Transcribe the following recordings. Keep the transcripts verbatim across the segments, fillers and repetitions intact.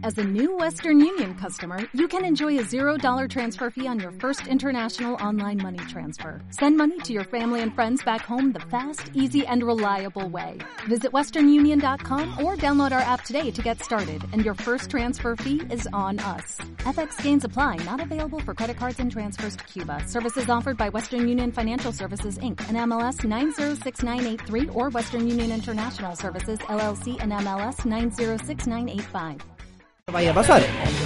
As a new Western Union customer, you can enjoy a zero dollars transfer fee on your first international online money transfer. Send money to your family and friends back home the fast, easy, and reliable way. Visit western union dot com or download our app today to get started, and your first transfer fee is on us. F X gains apply, not available for credit cards and transfers to Cuba. Services offered by Western Union Financial Services, Incorporated, and M L S nine zero six nine eight three or Western Union International Services, L L C, and M L S nine zero six nine eight five. Vaya a pasar.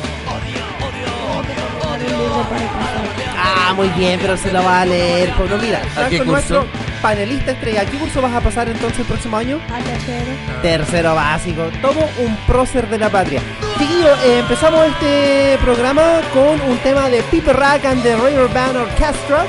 Ah, muy bien, pero se lo va a leer. Pues no, mira, ¿A qué con curso? nuestro panelista estrella. ¿A qué curso vas a pasar entonces el próximo año? A tercero. Tercero básico. Todo un prócer de la patria. Chiquillo, eh, empezamos este programa con un tema de Piper Rack and the River Band Orchestra.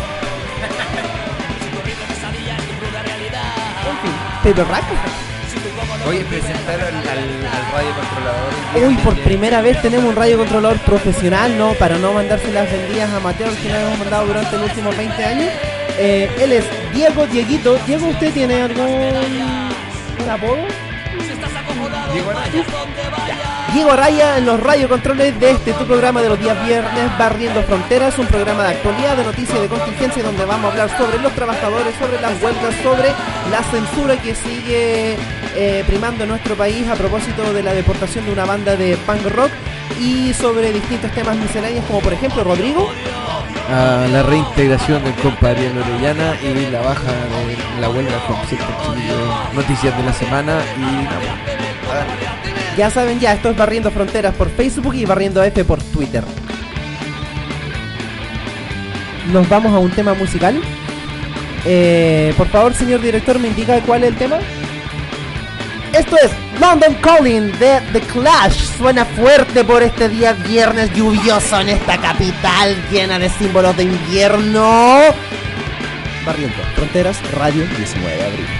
En fin, Piper Rack. Oye, presentar al, al, al radio controlador. Uy, por primera vez tenemos un radio controlador profesional, ¿no? Para no mandarse las vendidas amateurs que nos hemos mandado durante los últimos veinte años. Eh, él es Diego Dieguito. Diego, ¿usted tiene algún un apodo? Diego Araya. Diego Araya en los radiocontroles de este tu programa de los días viernes, Barriendo Fronteras, un programa de actualidad, de noticias y de contingencia donde vamos a hablar sobre los trabajadores, sobre las huelgas, sobre la censura que sigue eh, primando en nuestro país a propósito de la deportación de una banda de punk rock y sobre distintos temas misceláneos como por ejemplo, Rodrigo. A la reintegración del compadre Orellana y la baja de la huelga con ciertos chiquillos, noticias de la semana y nada. Ya saben, ya, esto es Barriendo Fronteras por Facebook y Barriendo F por Twitter. Nos vamos a un tema musical. Eh, por favor, señor director, ¿me indica cuál es el tema? Esto es London Calling de The Clash. Suena fuerte por este día viernes lluvioso en esta capital llena de símbolos de invierno. Barriendo Fronteras, Radio diecinueve de abril.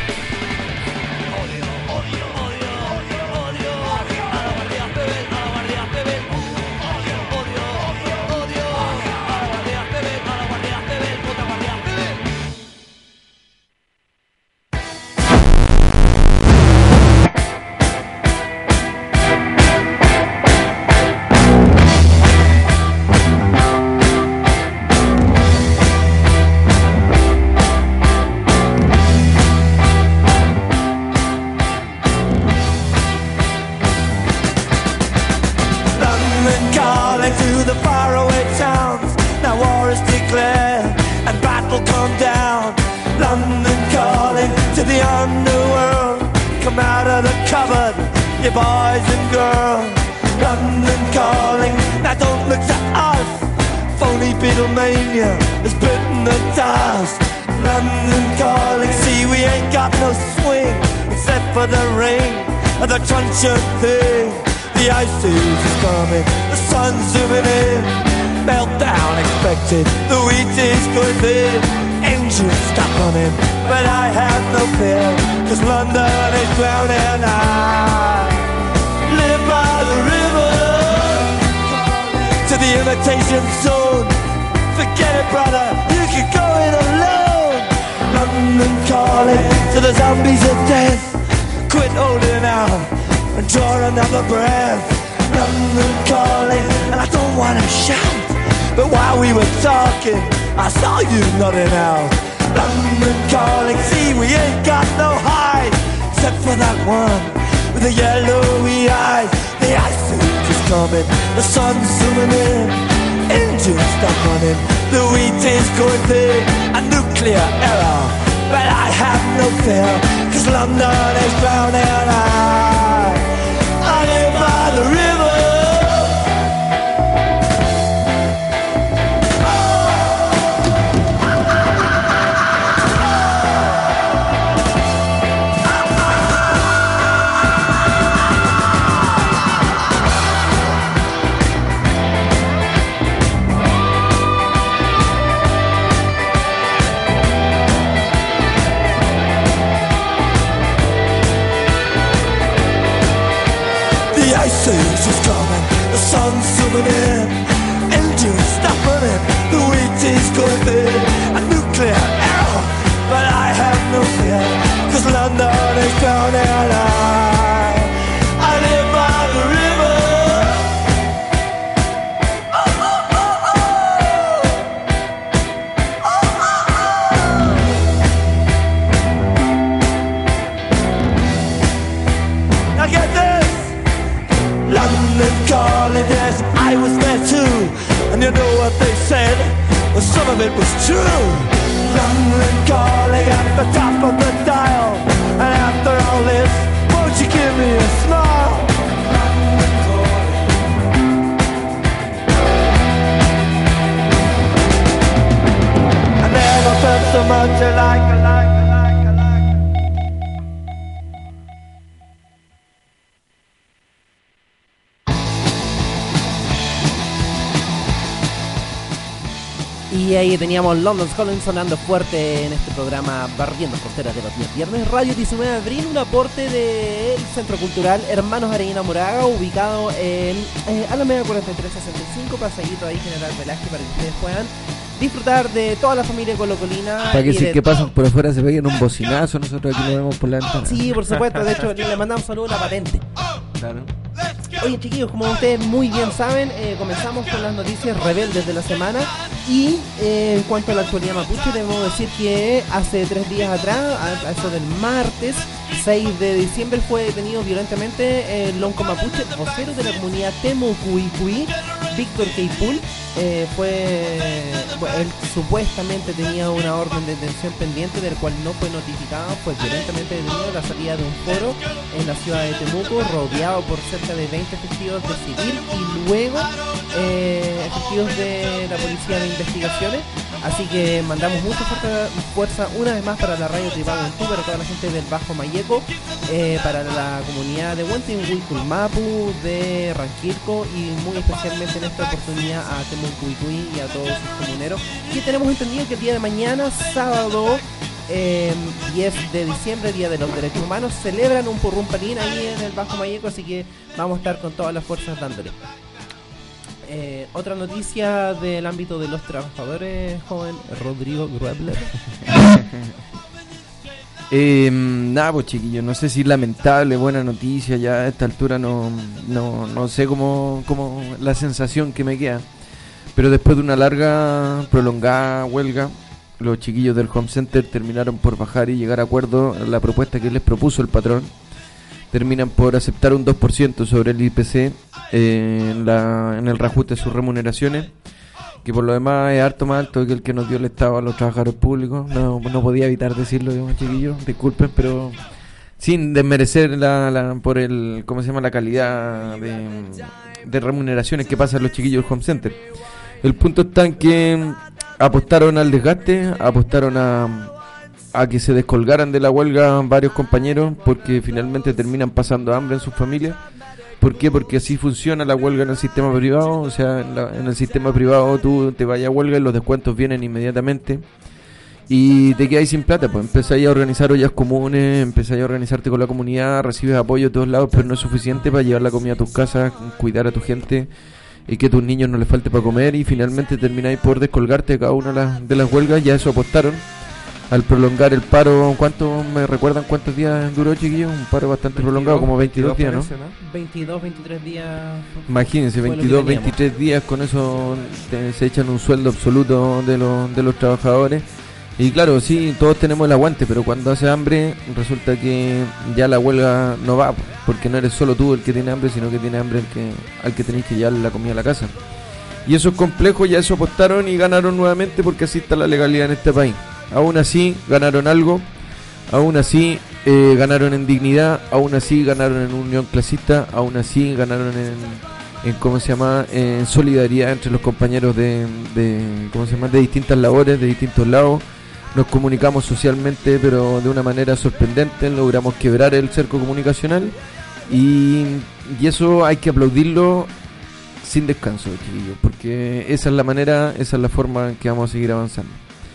Thing. The ice age is coming, the sun's zooming in, meltdown expected, the wheat is going thin, engines stop running, but I have no fear, cause London is drowning. I live by the river, to the imitation zone, forget it brother, you can go it alone. London calling to the zombies of death, quit holding out and draw another breath. London calling, and I don't wanna shout, but while we were talking, I saw you nodding out. London calling, see we ain't got no hide, except for that one with the yellowy eyes. The ice age is coming, the sun's zooming in, engines stop running, the wheat is going thin, a nuclear error, but I have no fear, cause London is drowning. I I live by the river. London is drowning. I, I live by the river. London calling, yes, I was there too. And you know what they said? Well, some of it was true. London calling at the top of the dial. And after all this, won't you give me a smile? I never felt so much alike, alike, alike, alike. Y ahí teníamos London Calling sonando fuerte en este programa Barriendo Fronteras de los días viernes. Radio diecinueve de abril, un aporte del Centro Cultural Hermanos Areina Moraga, ubicado en eh, Alameda cuarenta y tres sesenta y cinco, pasadito ahí General Velázquez, para que ustedes puedan disfrutar de toda la familia colocolina. Para que y si de que to- pasan por afuera se peguen un bocinazo, nosotros aquí lo vemos por la ventana. Sí, por supuesto, de hecho le mandamos saludos a la patente. Claro. Oye, chiquillos, como ustedes muy bien saben, eh, comenzamos con las noticias rebeldes de la semana. Y eh, en cuanto a la actualidad mapuche, debemos decir que hace tres días atrás, a, a eso del martes seis de diciembre, fue detenido violentamente el lonco mapuche, vocero de la comunidad Temucuicuí, Víctor Keipul. Eh, fue bueno, él supuestamente tenía una orden de detención pendiente, del cual no fue notificado. Fue violentamente detenido a la salida de un foro en la ciudad de Temuco, rodeado por cerca de veinte efectivos de civil y luego eh, efectivos de la policía de investigaciones. Así que mandamos mucha fuerza, fuerza una vez más para la radio Tribaguantú, para toda la gente del Bajo Mayeco, eh, para la comunidad de Huantihuiculmapu, de Ranquilco y muy especialmente en esta oportunidad a Temucuicuí y a todos sus comuneros, que tenemos entendido que el día de mañana, sábado eh, diez de diciembre, Día de los Derechos Humanos, celebran un purrumpalín ahí en el Bajo Mayeco, así que vamos a estar con todas las fuerzas dándole. Eh, otra noticia del ámbito de los trabajadores, joven Rodrigo Gruebler. Eh, nada, pues chiquillos, no sé si lamentable, buena noticia, ya a esta altura no, no, no sé cómo, cómo la sensación que me queda. Pero después de una larga, prolongada huelga, los chiquillos del Home Center terminaron por bajar y llegar a acuerdo en la propuesta que les propuso el patrón. Terminan por aceptar un dos por ciento sobre el I P C eh, en, la, en el reajuste de sus remuneraciones, que por lo demás es harto más alto que el que nos dio el Estado a los trabajadores públicos. No, no podía evitar decirlo, chiquillos, disculpen, pero sin desmerecer la, la, por el, ¿cómo se llama?, la calidad de, de remuneraciones que pasan los chiquillos del Home Center. El punto está en que apostaron al desgaste, apostaron a... a que se descolgaran de la huelga varios compañeros, porque finalmente terminan pasando hambre en sus familias. ¿Por qué? Porque así funciona la huelga en el sistema privado. O sea, en, la, en el sistema privado tú te vayas a huelga y los descuentos vienen inmediatamente y te quedas sin plata. Pues empezáis a organizar ollas comunes, empezáis a organizarte con la comunidad, recibes apoyo de todos lados, pero no es suficiente para llevar la comida a tus casas, cuidar a tu gente y que a tus niños no les falte para comer, y finalmente termináis por descolgarte de cada una de las, de las huelgas. Ya eso apostaron al prolongar el paro. ¿Cuánto me recuerdan cuántos días duró, chiquillos? Un paro bastante veintidós, prolongado, como veintidós días, ¿no? parece, ¿no? veintidós, veintitrés días. Imagínense, fue lo que veintidós, teníamos. veintitrés días, con eso te- se echan un sueldo absoluto de, los de los trabajadores. Y claro, sí, todos tenemos el aguante, pero cuando hace hambre resulta que ya la huelga no va, porque no eres solo tú el que tiene hambre, sino que tiene hambre el que al que tenéis que llevar la comida a la casa. Y eso es complejo, ya eso apostaron y ganaron nuevamente, porque así está la legalidad en este país. Aún así ganaron algo, aún así eh, ganaron en dignidad, aún así ganaron en unión clasista, aún así ganaron en, en ¿cómo se llama?, en solidaridad entre los compañeros de, de ¿cómo se llama?, de distintas labores, de distintos lados. Nos comunicamos socialmente, pero de una manera sorprendente, logramos quebrar el cerco comunicacional y, y eso hay que aplaudirlo sin descanso, chiquillos, porque esa es la manera, esa es la forma en que vamos a seguir avanzando.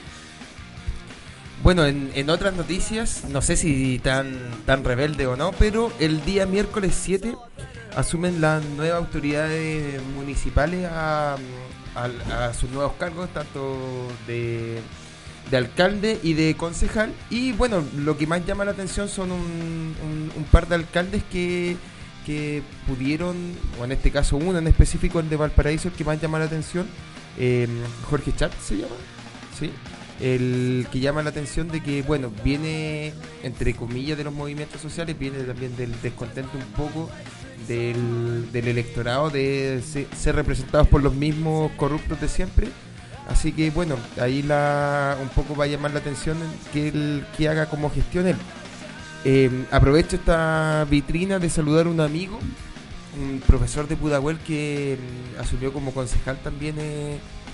Bueno, en, en otras noticias, no sé si tan, tan rebelde o no, pero el día miércoles siete asumen las nuevas autoridades municipales a, a, a sus nuevos cargos, tanto de, de alcalde y de concejal. Y bueno, lo que más llama la atención son un, un, un par de alcaldes que, que pudieron, o en este caso uno en específico, el de Valparaíso, el que más llama la atención, eh, Jorge Chat se llama, ¿sí? El que llama la atención de que, bueno, viene, entre comillas, de los movimientos sociales, viene también del descontento un poco del, del electorado de se, ser representados por los mismos corruptos de siempre. Así que bueno, ahí la un poco va a llamar la atención que él que haga como gestión él. Eh, aprovecho esta vitrina de saludar a un amigo, un profesor de Pudahuel que mm, asumió como concejal también eh,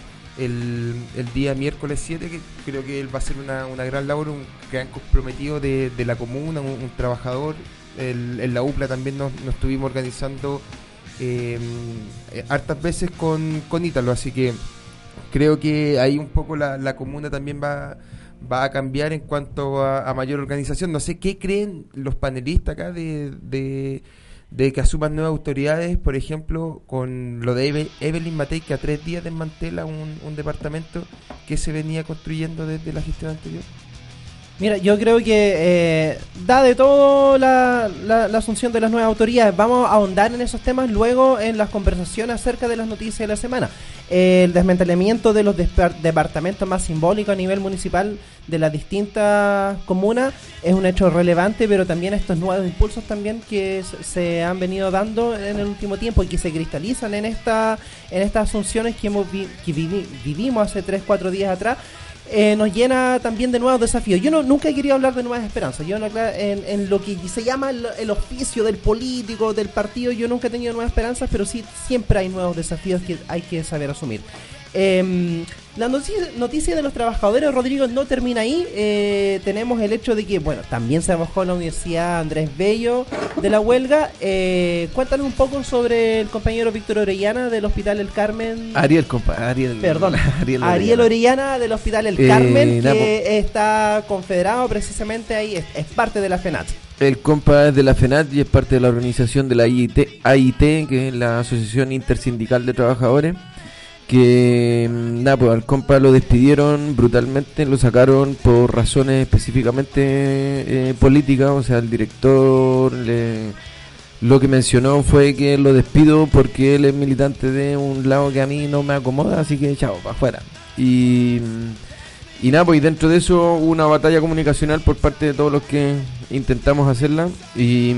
el, el día miércoles siete, que creo que él va a hacer una, una gran labor, un gran comprometido de, de la comuna, un, un trabajador. El, en la U P L A también nos, nos estuvimos organizando eh, eh, hartas veces con, con Ítalo, así que creo que ahí un poco la, la comuna también va, va a cambiar en cuanto a, a mayor organización. No sé qué creen los panelistas acá de, de, de que asuman nuevas autoridades, por ejemplo, con lo de Eve, Evelyn Matei, que a tres días desmantela un, un departamento que se venía construyendo desde la gestión anterior. Mira, yo creo que eh, da de todo la, la, la asunción de las nuevas autoridades. Vamos a ahondar en esos temas luego en las conversaciones acerca de las noticias de la semana. Eh, el desmantelamiento de los despar- departamentos más simbólicos a nivel municipal de las distintas comunas es un hecho relevante, pero también estos nuevos impulsos también que s- se han venido dando en el último tiempo y que se cristalizan en esta en estas asunciones que, hemos vi- que vivi- vivimos hace tres cuatro días atrás. Eh, nos llena también de nuevos desafíos. Yo no nunca he querido hablar de nuevas esperanzas. Yo no, en, en lo que se llama el, el oficio del político, del partido, yo nunca he tenido nuevas esperanzas, pero sí siempre hay nuevos desafíos que hay que saber asumir. Eh, la noticia, noticia de los trabajadores, Rodrigo, no termina ahí. Eh, tenemos el hecho de que, bueno, también se bajó la Universidad Andrés Bello de la huelga. Eh, cuéntanos un poco sobre el compañero Víctor Orellana del Hospital El Carmen. Ariel, compa, Ariel. Perdón, Ariel, Ariel Orellana del Hospital El Eh, Carmen, Napo. que está confederado precisamente ahí, es, es parte de la FENAT. El compa es de la FENAT y es parte de la organización de la A I T, A I T, que es la Asociación Intersindical de Trabajadores. Que nada, pues al compa lo despidieron brutalmente, lo sacaron por razones específicamente eh, políticas. O sea, el director le, lo que mencionó fue que lo despido porque él es militante de un lado que a mí no me acomoda, así que chao, para afuera. Y, y nada, pues y dentro de eso hubo una batalla comunicacional por parte de todos los que intentamos hacerla. Y,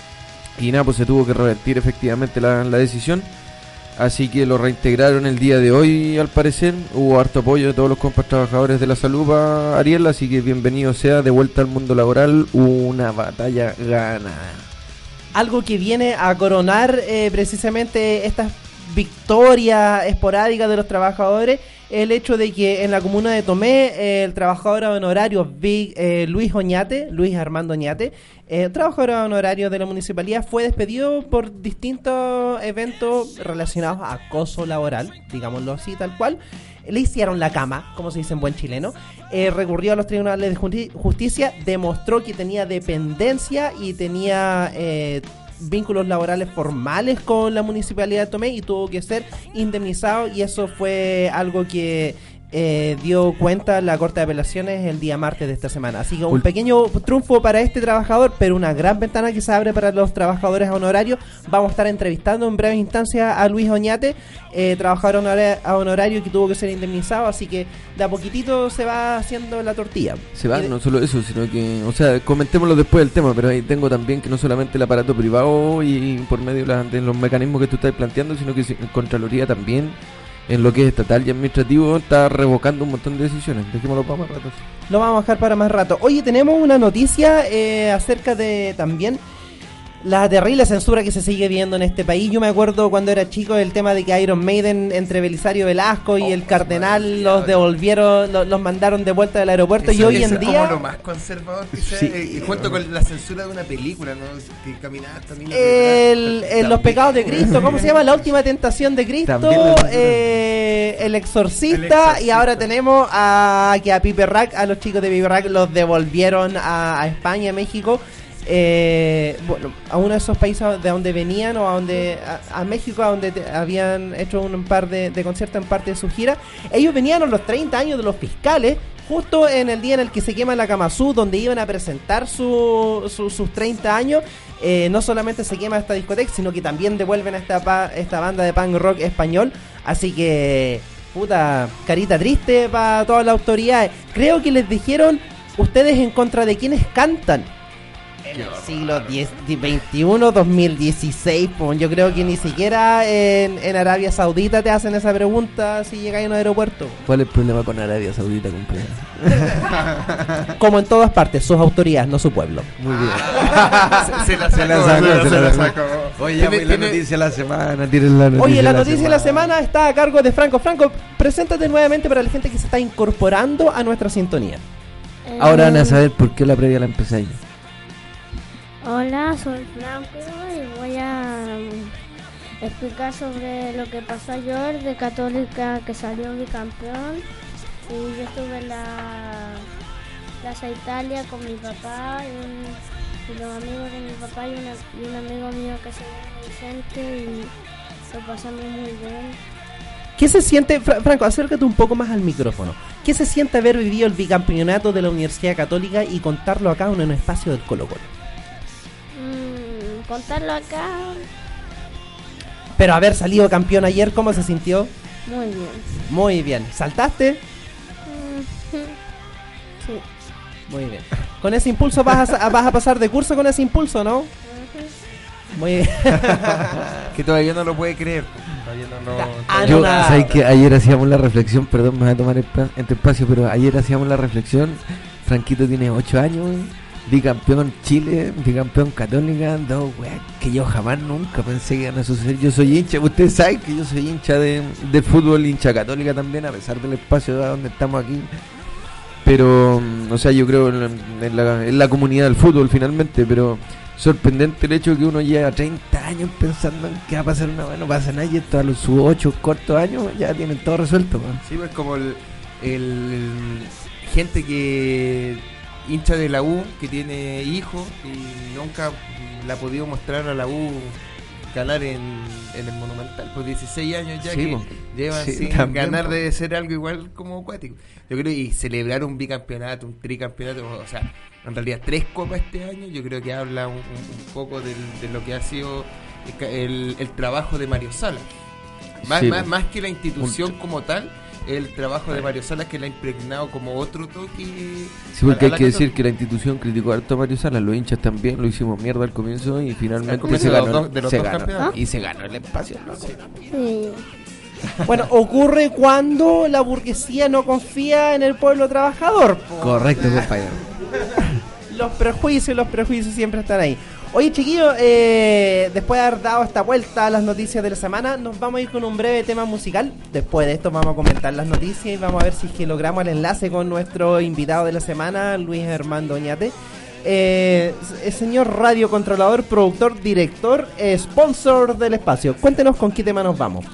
y nada, pues se tuvo que revertir efectivamente la, la decisión. Así que lo reintegraron el día de hoy, al parecer. Hubo harto apoyo de todos los compas trabajadores de la salud para Ariel, así que bienvenido sea de vuelta al mundo laboral. Una batalla ganada. Algo que viene a coronar eh, precisamente estas victorias esporádicas de los trabajadores, el hecho de que en la comuna de Tomé eh, el trabajador honorario Big, eh, Luis Oñate, Luis Armando Oñate, eh, trabajador honorario de la municipalidad, fue despedido por distintos eventos relacionados a acoso laboral, digámoslo así, tal cual. Le hicieron la cama, como se dice en buen chileno. Eh, recurrió a los tribunales de justi- justicia, demostró que tenía dependencia y tenía eh, vínculos laborales formales con la municipalidad de Tomé y tuvo que ser indemnizado, y eso fue algo que eh, dio cuenta la Corte de Apelaciones el día martes de esta semana. Así que un pequeño triunfo para este trabajador, pero una gran ventana que se abre para los trabajadores honorarios. Vamos a estar entrevistando en breves instancias a Luis Oñate, eh, trabajador honora- honorario que tuvo que ser indemnizado, así que de a poquitito se va haciendo la tortilla. Se va, Y de- no solo eso, sino que, o sea, comentémoslo después del tema, pero ahí tengo también que no solamente el aparato privado y por medio de, la- de los mecanismos que tú estás planteando, sino que si- Contraloría también, en lo que es estatal y administrativo, está revocando un montón de decisiones. Dejémoslo para más rato. Lo vamos a dejar para más rato. Oye, tenemos una noticia eh, acerca de también la terrible censura que se sigue viendo en este país. Yo me acuerdo cuando era chico el tema de que Iron Maiden, entre Belisario Velasco y Oh, el Cardenal, los devolvieron, los, los mandaron de vuelta del aeropuerto. Eso- y hoy eso en es día... como lo más conservador que sea, Sí. eh, junto con la censura de una película, ¿no? Que caminaba hasta niños El, detrás. el- los pecados de Cristo, ¿cómo se llama? La última tentación de También Cristo, la censura. eh, el, exorcista, El Exorcista. y ahora tenemos a que a Pipe Rack, a los chicos de Pipe Rack los devolvieron a, a España, a México, eh, bueno, a uno de esos países de donde venían, o a donde a, a México, a donde te- habían hecho un par de, de conciertos en parte de su gira. Ellos venían a los treinta años de los fiscales, justo en el día en el que se quema la Kamazú, donde iban a presentar su, su- sus treinta años. Eh, no solamente se quema esta discoteca, sino que también devuelven a esta, pa- esta banda de punk rock español. Así que, puta, carita triste para todas las autoridades. Creo que les dijeron, ustedes en contra de quienes cantan. en el siglo veintiuno, dos mil dieciséis, pues yo creo que ni siquiera en, en Arabia Saudita te hacen esa pregunta si llegáis a un aeropuerto. ¿Cuál es el problema con Arabia Saudita, compadre? Como en todas partes, sus autoridades, no su pueblo. Muy bien. se, se la sacó, Se la sacó, se la- se se la la sacó. sacó. Oye, ya Tiene- voy la tiene- noticia de la semana, tiren la noticia Oye, la de noticia de la semana está a cargo de Franco. Franco, preséntate nuevamente para la gente que se está incorporando a nuestra sintonía. Ahora van a saber por qué la previa la empecé yo. Hola, soy Franco y voy a mm, explicar sobre lo que pasó ayer de Católica que salió bicampeón. Y yo estuve en la Plaza Italia con mi papá y, un- y los amigos de mi papá y, una- y un amigo mío que se llama Vicente y lo pasamos muy bien. ¿Qué se siente, Fra- Franco, acércate un poco más al micrófono? ¿Qué se siente haber vivido el bicampeonato de la Universidad Católica y contarlo acá en un espacio del Colo-Colo? Mm, contarlo acá, Pero haber salido campeón ayer, ¿cómo se sintió? muy bien. Muy bien. ¿Saltaste? Mm, sí. Muy bien. Con ese impulso vas a, vas a pasar de curso con ese impulso, ¿no? Ujú. Muy bien. Que todavía no lo puede creer. Todavía no, no, Ah, todavía Yo, no, nada. ¿sabes que ayer hacíamos la reflexión? Perdón, me voy a tomar el pa- este espacio, pero ayer hacíamos la reflexión. Franquito tiene ocho años, bicampeón Chile, bicampeón Católica, dos weas que yo jamás nunca pensé que iban a suceder. Yo soy hincha, ustedes saben que yo soy hincha de, del fútbol, hincha Católica también, a pesar del espacio de donde estamos aquí. Pero, mm, o sea, yo creo en la, en la, en la comunidad del fútbol finalmente, pero sorprendente el hecho de que uno lleva treinta años pensando en que va a pasar una vez, no pasa nada, y esto a los sus ocho cortos años ya tienen todo resuelto, man. Sí, pues como el, el gente que hincha de la U, que tiene hijos y nunca la ha podido mostrar a la U ganar en, en el Monumental, pues dieciséis años ya Sí, que po. llevan Sí, sin también, ganar, po. debe ser algo igual como acuático. Yo creo, y celebrar un bicampeonato, un tricampeonato, o sea, en realidad tres copas este año, yo creo que habla un, un- un poco del- de lo que ha sido el, ca- el- el trabajo de Mario Salas. Más, Sí, más, po. más que la institución como tal, el trabajo de Mario Salas que le ha impregnado como otro toque. Sí, porque a- a hay la que decir Católica. que la institución criticó harto a Mario Salas, los hinchas también lo hicimos mierda al comienzo y Al finalmente comienzo se de los ganó, dos- de los se dos ganó. campeonatos. Y se ganó el espacio, loco. Sí. Bueno, ocurre cuando la burguesía no confía en el pueblo trabajador. po. Correcto, compañero. Los prejuicios, los prejuicios siempre están ahí. Oye, chiquillos, eh, después de haber dado esta vuelta a las noticias de la semana, nos vamos a ir con un breve tema musical. Después de esto vamos a comentar las noticias y vamos a ver si es que logramos el enlace con nuestro invitado de la semana, Luis Armando Oñate. Eh, el señor radiocontrolador, productor, director, eh, sponsor del espacio. Cuéntenos con qué tema nos vamos.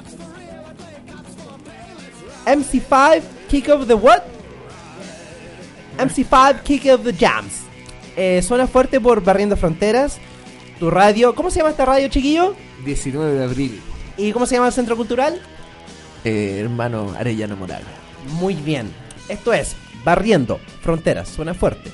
M C cinco, Kick of the what? M C cinco, Kick of the Jams. Eh, suena fuerte por Barriendo Fronteras. Tu radio, ¿cómo se llama esta radio, chiquillo? diecinueve de abril. ¿Y cómo se llama el centro cultural? Eh, hermano Arellano Moraga. Muy bien. Esto es Barriendo Fronteras. Suena fuerte.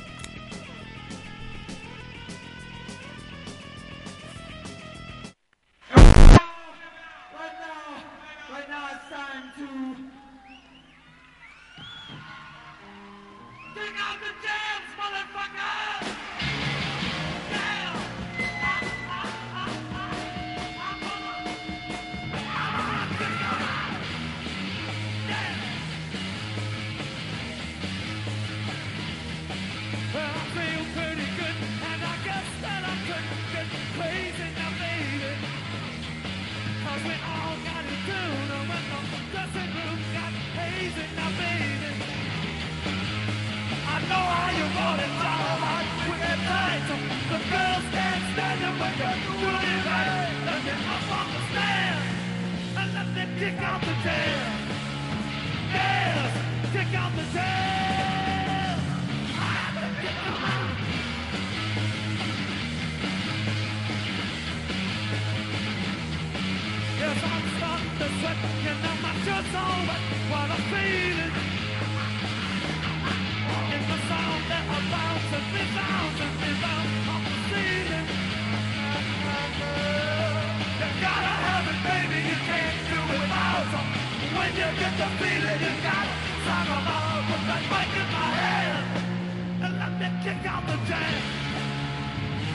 Well, I feel pretty good, and I guess that I couldn't get crazy now, baby. 'Cause we all got it doing, and when the dressing room got hazy now, baby. I know how you want it, y'all. We get tight, the girls can't stand it when you're doing it right. Let me up on the stand, and let me kick out the jam. Yes, kick out the jam. Yes, I'm starting to sweat, you know my shirt's all wet, what I'm feeling. In the sound that I bounce and rebounds and rebounds off the ceiling. You gotta have it, baby, you can't do it without it. When you get the feeling, you gotta sound along, put that mic in my hand, and let me kick out the jam.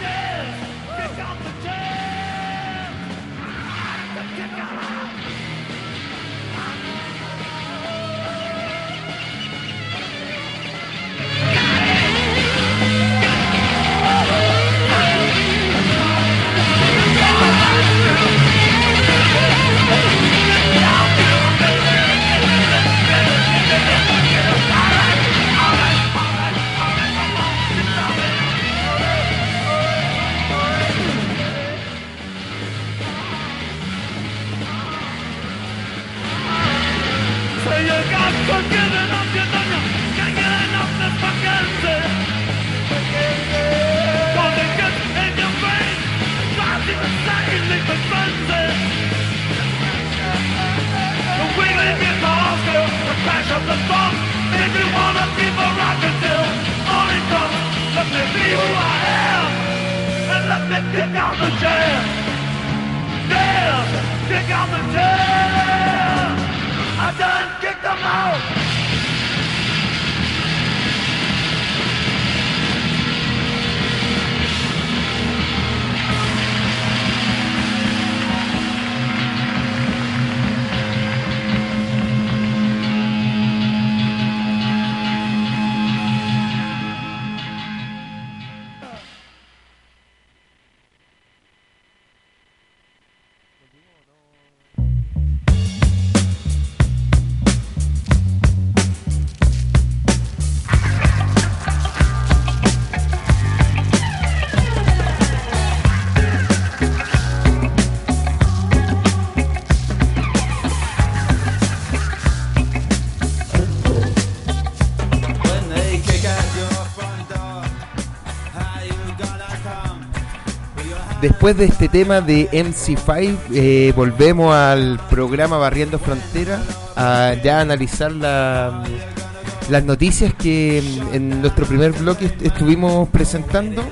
Después de este tema de M C cinco, eh, volvemos al programa Barriendo Fronteras a ya analizar la, las noticias que en nuestro primer bloque est- estuvimos presentando.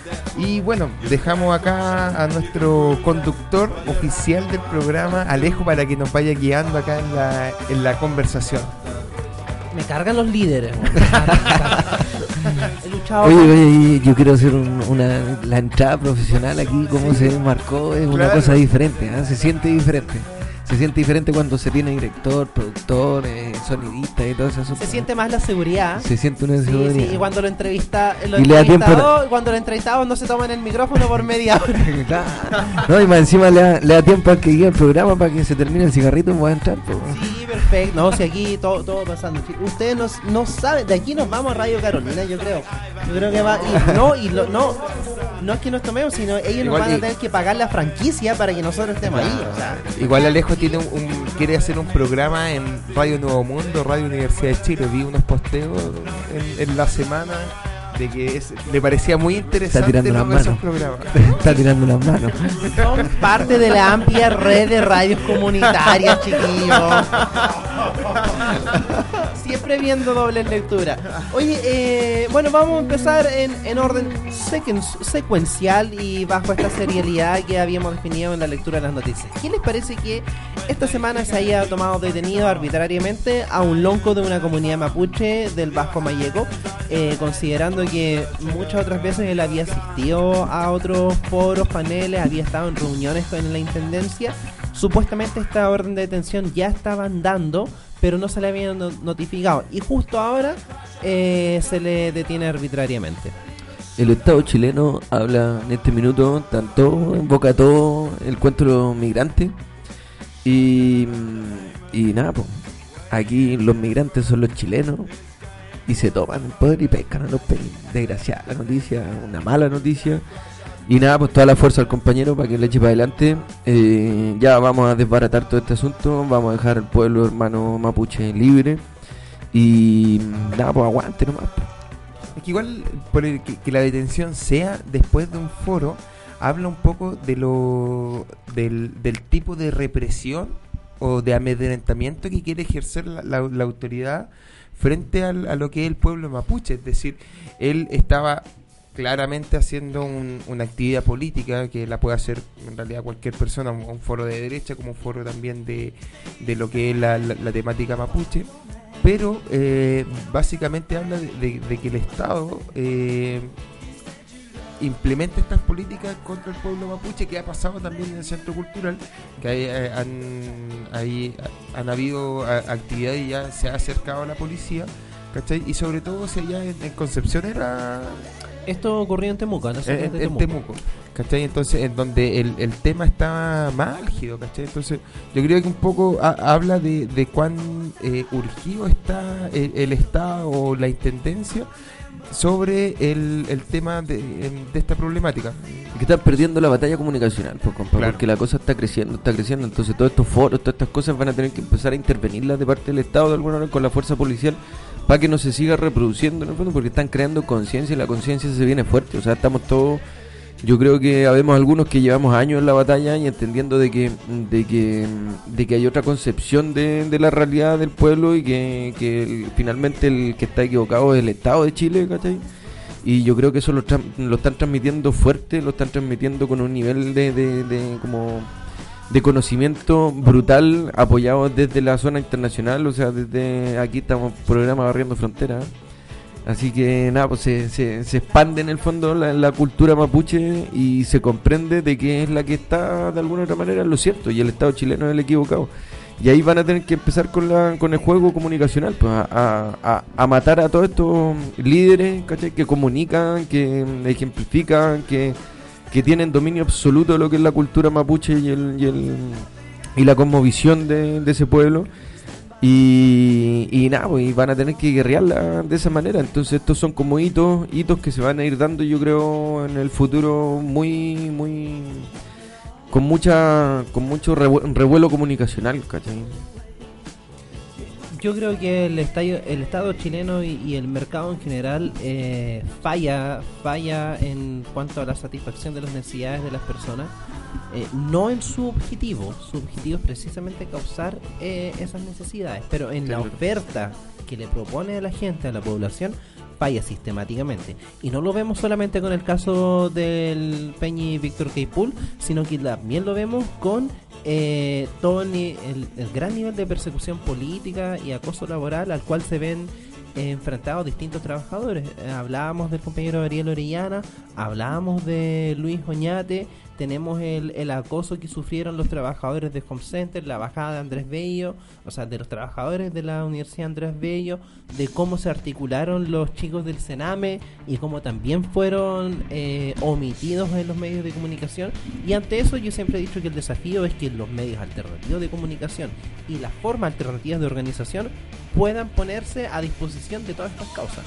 Y bueno, dejamos acá a nuestro conductor oficial del programa, Alejo, para que nos vaya guiando acá en la, en la conversación. Me cargan los líderes. He luchado. Oye, oye, yo quiero hacer un- una la entrada profesional aquí, cómo se marcó, es una Claro. cosa diferente, ¿eh? Se siente diferente. Se siente diferente cuando se tiene director, productor, eh, sonidista y todo eso. Se siente más la seguridad. Se siente una Sí, seguridad. sí, y cuando lo entrevista, los Y le da tiempo entrevistados, cuando los entrevistados no se toman el micrófono por media hora. Claro. No, y más encima le da, le da tiempo al que guía el programa para que se termine el cigarrito y pueda entrar. Pues. Sí, perfecto. No, si aquí todo, todo pasando. Sí, ustedes no, no saben, de aquí nos vamos a Radio Carolina, yo creo. Yo creo que va. Y no, y lo, no, no es que nos tomemos, sino ellos Igual nos van a y- tener que pagar la franquicia para que nosotros estemos ahí. O sea, Igual Alejo tiene un, un- quiere hacer un programa en Radio Nuevo Mundo, Radio Universidad de Chile. Vi unos posteos en, en la semana de que es- le parecía muy interesante tirando lo- las esos manos. programas. Está tirando las manos. son parte de la amplia red de radios comunitarias, chiquillos. Siempre viendo doble lectura. Oye, eh, bueno, vamos a empezar en, en orden sequen- secuencial y bajo esta serialidad que habíamos definido en la lectura de las noticias. ¿Qué les parece que esta semana se haya tomado detenido arbitrariamente a un lonco de una comunidad mapuche del Vasco Mayeco, eh, considerando que muchas otras veces él había asistido a otros foros, paneles, había estado en reuniones con la intendencia? Supuestamente esta orden de detención ya estaban dando, pero no se le habían no- notificado. Y justo ahora eh, se le detiene arbitrariamente. El Estado chileno habla en este minuto, tanto invoca todo el cuento de los migrantes. Y, y nada, pues, aquí los migrantes son los chilenos y se toman el poder y pescan a los pe- desgraciada la noticia, una mala noticia. Y nada, pues toda la fuerza al compañero para que le eche para adelante. Eh, ya vamos a desbaratar todo este asunto, vamos a dejar al pueblo hermano mapuche libre. Y nada, pues aguante nomás. Pues. Es que igual por el que, que la detención sea después de un foro habla un poco de lo del, del tipo de represión o de amedrentamiento que quiere ejercer la, la- la autoridad frente al- a lo que es el pueblo mapuche. Es decir, él estaba claramente haciendo un- una actividad política que la puede hacer en realidad cualquier persona, un, un foro de derecha como un foro también de, de lo que es la, la- la temática mapuche, pero eh, básicamente habla de, de- de que el Estado eh, implemente estas políticas contra el pueblo mapuche, que ha pasado también en el Centro Cultural, que hay, eh, han, hay, han habido a, actividades y ya se ha acercado a la policía, ¿cachai? Y sobre todo si allá en, en Concepción era... Esto ocurrió en Temuco, en la ciudad En, de en Temuco. Temuco, ¿cachai? Entonces, en donde el, el tema está más álgido, ¿cachai? Entonces, yo creo que un poco ha, habla de, de cuán eh, urgido está el, el Estado o la Intendencia sobre el, el tema de, de esta problemática. Y que están perdiendo la batalla comunicacional, pues, compa, Claro. porque la cosa está creciendo, está creciendo. Entonces, todos estos foros, todas estas cosas van a tener que empezar a intervenirlas de parte del Estado de alguna manera con la fuerza policial para que no se siga reproduciendo, en el fondo, porque están creando conciencia y la conciencia se viene fuerte. O sea, estamos todos. Yo creo que habemos algunos que llevamos años en la batalla y entendiendo de que de que de que hay otra concepción de, de la realidad del pueblo y que, que el- finalmente el que está equivocado es el Estado de Chile, ¿cachai? Y yo creo que eso lo, tran- lo están transmitiendo fuerte, lo están transmitiendo con un nivel de, de, de como de conocimiento brutal, apoyado desde la zona internacional. O sea, desde aquí estamos programa Barriendo Fronteras. Así que nada, pues se, se, se expande en el fondo la, la cultura mapuche y se comprende de que es la que está de alguna otra manera en lo cierto y el Estado chileno es el equivocado. Y ahí van a tener que empezar con la con el juego comunicacional, pues a, a, a- a matar a todos estos líderes, ¿cachai? Que comunican, que ejemplifican, que, que tienen dominio absoluto de lo que es la cultura mapuche y el y, el, y la cosmovisión de, de ese pueblo. Y, y nada, pues y van a tener que guerrearla de esa manera. Entonces estos son como hitos, hitos que se van a ir dando, yo creo, en el futuro muy, muy, con mucha, con mucho revu- revuelo comunicacional, ¿cachai? Yo creo que el, estadio, el Estado chileno y, y el mercado en general eh, falla, falla en cuanto a la satisfacción de las necesidades de las personas. Eh, no en su objetivo, su objetivo es precisamente causar eh, esas necesidades, pero en la Claro. oferta que le propone a la gente, a la población, falla sistemáticamente. Y no lo vemos solamente con el caso del Peñi Víctor Keipul, sino que también lo vemos con eh, todo el, ni- el- el gran nivel de persecución política y acoso laboral al cual se ven eh, enfrentados distintos trabajadores. Eh, hablábamos del compañero Ariel Orellana, hablábamos de Luis Oñate, tenemos el, el acoso que sufrieron los trabajadores de Home Center, la bajada de Andrés Bello, o sea, de los trabajadores de la Universidad Andrés Bello, de cómo se articularon los chicos del Sename y cómo también fueron eh, omitidos en los medios de comunicación. Y ante eso yo siempre he dicho que el desafío es que los medios alternativos de comunicación y las formas alternativas de organización puedan ponerse a disposición de todas estas causas.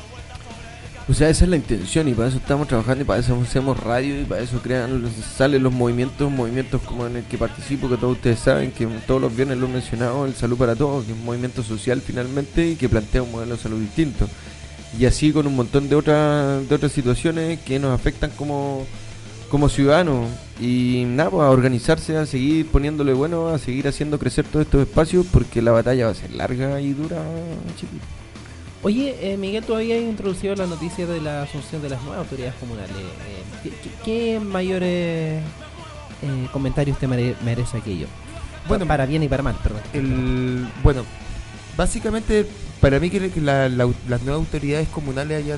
O sea, esa es la intención y para eso estamos trabajando y para eso hacemos radio y para eso crean, los- salen los movimientos, movimientos como en el que participo, que todos ustedes saben, que todos los viernes lo he mencionado, el Salud para Todos, que es un movimiento social finalmente y que plantea un modelo de salud distinto. Y así con un montón de otras de otras situaciones que nos afectan como, como ciudadanos. Y nada, pues a organizarse, a seguir poniéndole bueno, a seguir haciendo crecer todos estos espacios porque la batalla va a ser larga y dura, chiquito. Oye, eh, Miguel, tú habías introducido la noticia de la asunción de las nuevas autoridades comunales. Eh, ¿qué, qué- qué mayores eh, comentarios te mere- merece aquello? Bueno, para bien y para mal, perdón. El, bueno, básicamente para mí que que la- la- las nuevas autoridades comunales hayan,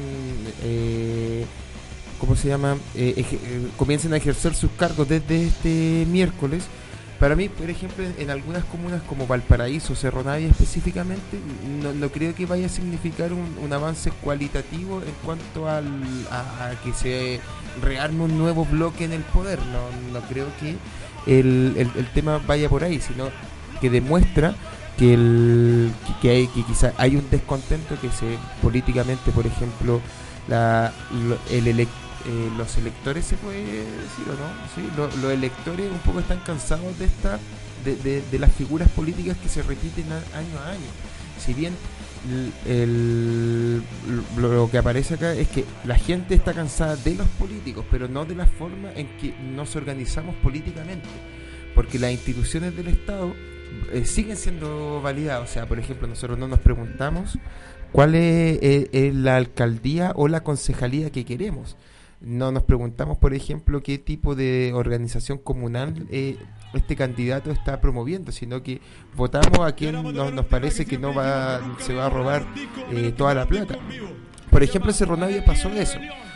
eh, ¿cómo se llama? Eh, eje- eh, comiencen a ejercer sus cargos desde este miércoles. Para mí, por ejemplo, en, en algunas comunas como Valparaíso, Cerro Navia específicamente, no, no creo que vaya a significar un, un avance cualitativo en cuanto al, a, a que se rearme un nuevo bloque en el poder. No, no creo que el, el, el tema vaya por ahí, sino que demuestra que el que, que hay que quizá hay un descontento que se políticamente, por ejemplo, la lo- el elec- eh, los electores, se puede decir o no, sí, Lo- los electores un poco están cansados de esta de, de, de las figuras políticas que se repiten a- año a año. Si bien el, el- lo, lo que aparece acá es que la gente está cansada de los políticos, pero no de la forma en que nos organizamos políticamente, porque las instituciones del Estado eh, siguen siendo validadas. O sea, por ejemplo, nosotros no nos preguntamos cuál es, eh, es la alcaldía o la concejalía que queremos. No nos preguntamos, por ejemplo, qué tipo de organización comunal eh, este candidato está promoviendo, sino que votamos a quien no, nos parece que no va se va a robar eh, toda la plata. Por ejemplo, en Cerro Navia pasó eso.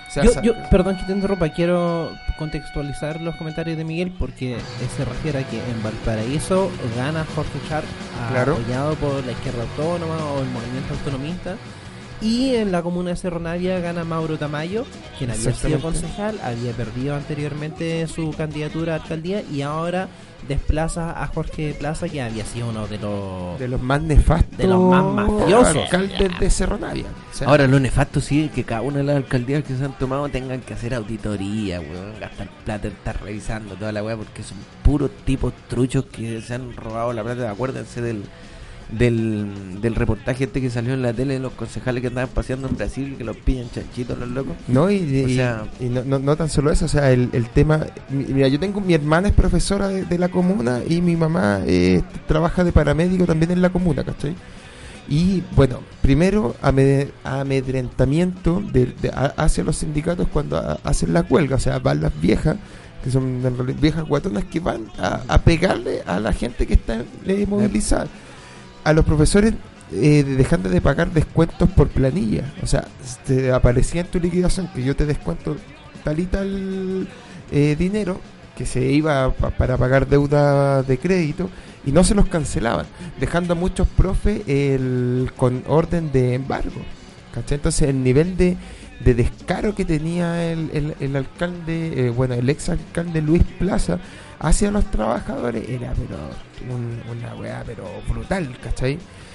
O sea, Yo, sa- yo, perdón que te interrumpa, quiero contextualizar los comentarios de Miguel porque él se refiere a que en Valparaíso gana Jorge Char, Claro. apoyado por la izquierda autónoma o el movimiento autonomista, y en la comuna de Cerro Navia gana Mauro Tamayo, quien había sido Exactamente. concejal, había perdido anteriormente su candidatura a alcaldía y ahora desplaza a Jorge Plaza, que había sido uno de los... de los más nefastos De los más mafiosos. alcaldes de Cerro Navia. O sea, Ahora, lo nefasto sí es que cada una de las alcaldías que se han tomado tengan que hacer auditoría, weón, gastar plata, estar revisando toda la weá, porque son puros tipos truchos que se han robado la plata. Acuérdense del, del, del reportaje este que salió en la tele de los concejales que andaban paseando en Brasil, que los pillan chanchitos los locos. No, y, y- O sea- y no, no, no tan solo eso, o sea, el, el tema, mi- mira, yo tengo, mi hermana es profesora de, de la comuna y mi mamá eh, trabaja de paramédico también en la comuna, ¿cachai? Y bueno, primero ame- amedrentamiento de, de- a- hacia los sindicatos cuando a- hacen la huelga, o sea, van las viejas, que son en realidad viejas guatonas que van a, a pegarle a la gente que está eh, movilizada. A los profesores eh, dejando de pagar descuentos por planilla. O sea, te aparecía en tu liquidación que yo te descuento tal y tal eh, dinero que se iba pa- para pagar deuda de crédito y no se los cancelaban, dejando a muchos profes el, con orden de embargo. ¿Cachai? Entonces el nivel de, de descaro que tenía el, el, el alcalde, eh, bueno, el ex alcalde Luis Plaza hacia los trabajadores era pero un- una weá pero brutal, ¿cachai?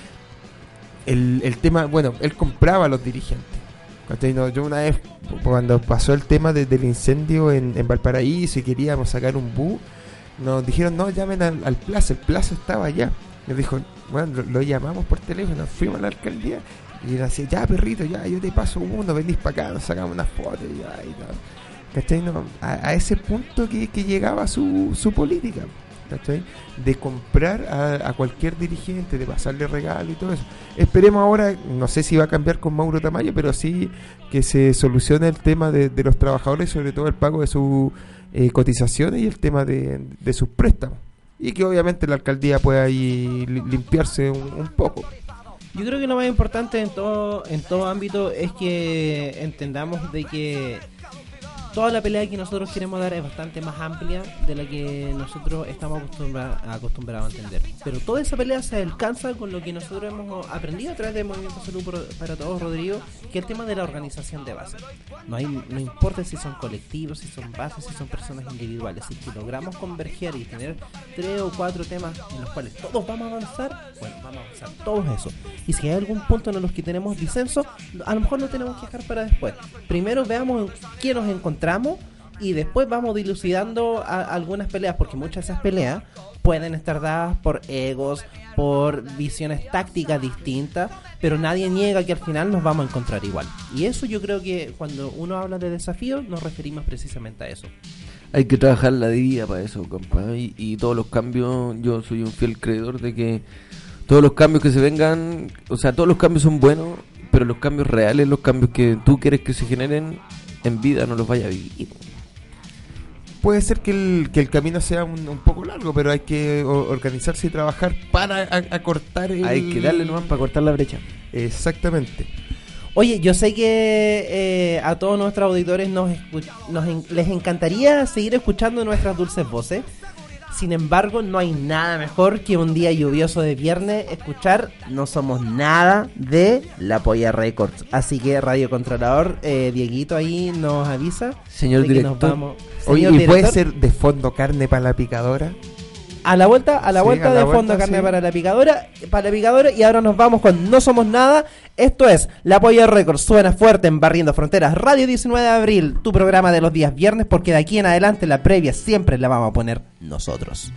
El, el tema, bueno, él compraba a los dirigentes, ¿cachai? No, yo una vez, cuando pasó el tema de- del incendio en, en Valparaíso y queríamos sacar un bus, nos dijeron, no, llamen al, al plazo, el plazo estaba allá. Nos dijo, bueno, lo, lo llamamos por teléfono, fuimos a la alcaldía y él decía, ya perrito, ya, yo te paso uno, venís para acá, nos sacamos una foto y ya, y tal. ¿Cachai? No, a, a ese punto que, que llegaba su, su política, ¿cachai? De comprar a, a cualquier dirigente, de pasarle regalo y todo eso. Esperemos ahora, no sé si va a cambiar con Mauro Tamayo, pero sí que se solucione el tema de, de los trabajadores, sobre todo el pago de sus eh, cotizaciones y el tema de, de sus préstamos. Y que obviamente la alcaldía pueda ahí li- limpiarse un, un poco. Yo creo que lo más importante en todo en todo ámbito es que entendamos de que toda la pelea que nosotros queremos dar es bastante más amplia de la que nosotros estamos acostumbra- acostumbrados a entender. Pero toda esa pelea se alcanza con lo que nosotros hemos aprendido a través del Movimiento Salud por- para Todos, Rodrigo, que es el tema de la organización de base. No hay, no importa si son colectivos, si son bases, si son personas individuales. Si que logramos converger y tener tres o cuatro temas en los cuales todos vamos a avanzar, bueno, vamos a avanzar todos eso. Y si hay algún punto en los que tenemos disenso, a lo mejor lo tenemos que dejar para después. Primero veamos qué nos encontramos y después vamos dilucidando a- algunas peleas, porque muchas de esas peleas pueden estar dadas por egos, por visiones tácticas distintas, pero nadie niega que al final nos vamos a encontrar igual. Y eso yo creo que cuando uno habla de desafíos nos referimos precisamente a eso. Hay que trabajar la día para eso, compa. Y, y todos los cambios, yo soy un fiel creedor de que todos los cambios que se vengan, o sea, todos los cambios son buenos, pero los cambios reales, los cambios que tú quieres que se generen en vida, no los vaya a vivir. Puede ser que el, que el camino sea un, un poco largo, pero hay que o- organizarse y trabajar para a- acortar el... Hay que darle nomás para cortar la brecha. Exactamente. Oye, yo sé que eh, a todos nuestros auditores nos, escu- nos en- les encantaría seguir escuchando nuestras dulces voces. Sin embargo, no hay nada mejor que un día lluvioso de viernes escuchar No Somos Nada de La Polla Records. Así que Radio Controlador, eh, Dieguito ahí nos avisa. Señor de que director. nos vamos. Oye, Señor ¿y puede director, ser de fondo carne para la picadora? a la vuelta, a la Sí, vuelta a la de vuelta, fondo carne sí. para la picadora, para la picadora, y ahora nos vamos con No Somos Nada. Esto es La Polla Records, suena fuerte en Barriendo Fronteras, Radio diecinueve de abril, tu programa de los días viernes, porque de aquí en adelante la previa siempre la vamos a poner nosotros.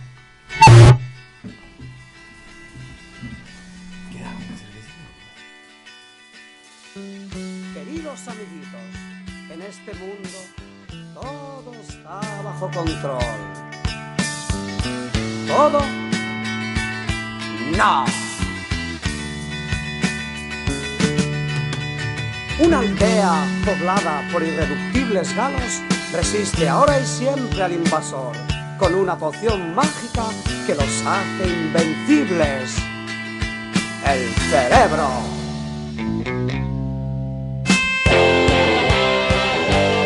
Queridos amiguitos, en este mundo todo está bajo control. ¿Todo? ¡No! Una aldea poblada por irreductibles galos resiste ahora y siempre al invasor con una poción mágica que los hace invencibles. El cerebro.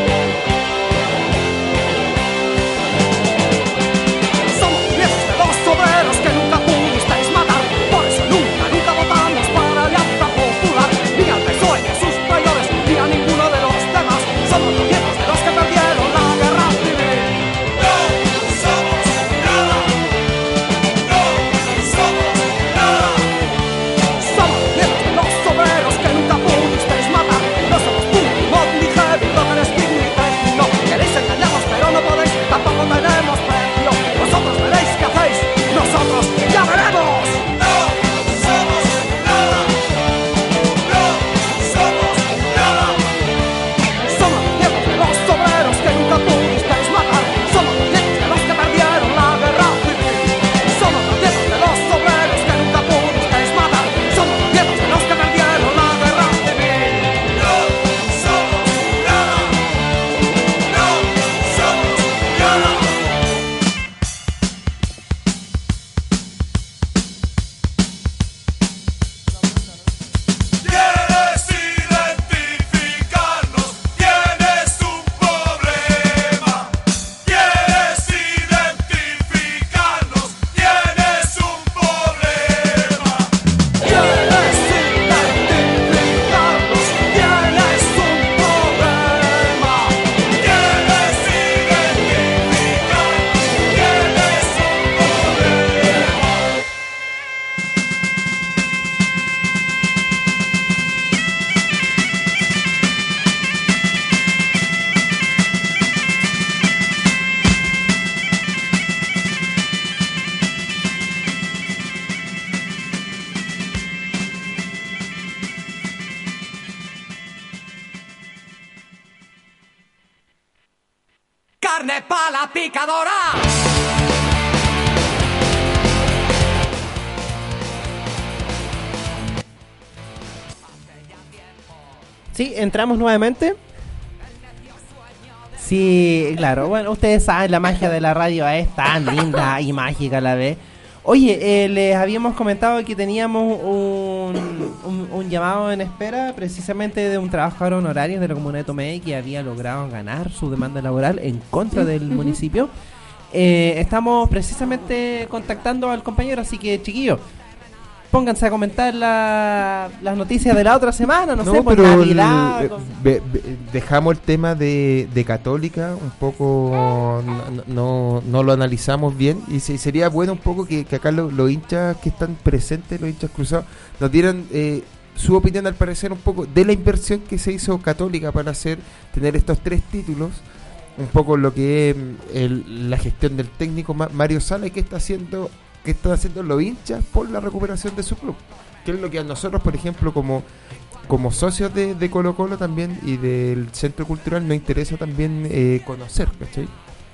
carne pa' la picadora. Sí, entramos nuevamente. Sí, claro, bueno, ustedes saben, la magia de la radio es tan linda y mágica a la vez. Oye, eh, les habíamos comentado que teníamos un, un, un llamado en espera precisamente de un trabajador honorario de la comuna de Tomé que había logrado ganar su demanda laboral en contra del uh-huh. municipio. Eh, estamos precisamente contactando al compañero, así que chiquillos, pónganse a comentar la, las noticias de la otra semana, no, no sé, por Navidad. El, con... be, be, dejamos el tema de, de Católica un poco, no, no, no lo analizamos bien y se, sería bueno un poco que, que acá los, los hinchas que están presentes, los hinchas cruzados, nos dieran eh, su opinión al parecer un poco de la inversión que se hizo Católica para hacer, tener estos tres títulos, un poco lo que es el, la gestión del técnico Mario Sala y qué está haciendo que están haciendo los hinchas por la recuperación de su club, que es lo que a nosotros, por ejemplo, como como socios de, de Colo Colo también y del Centro Cultural nos interesa también eh, conocer, ¿cachai?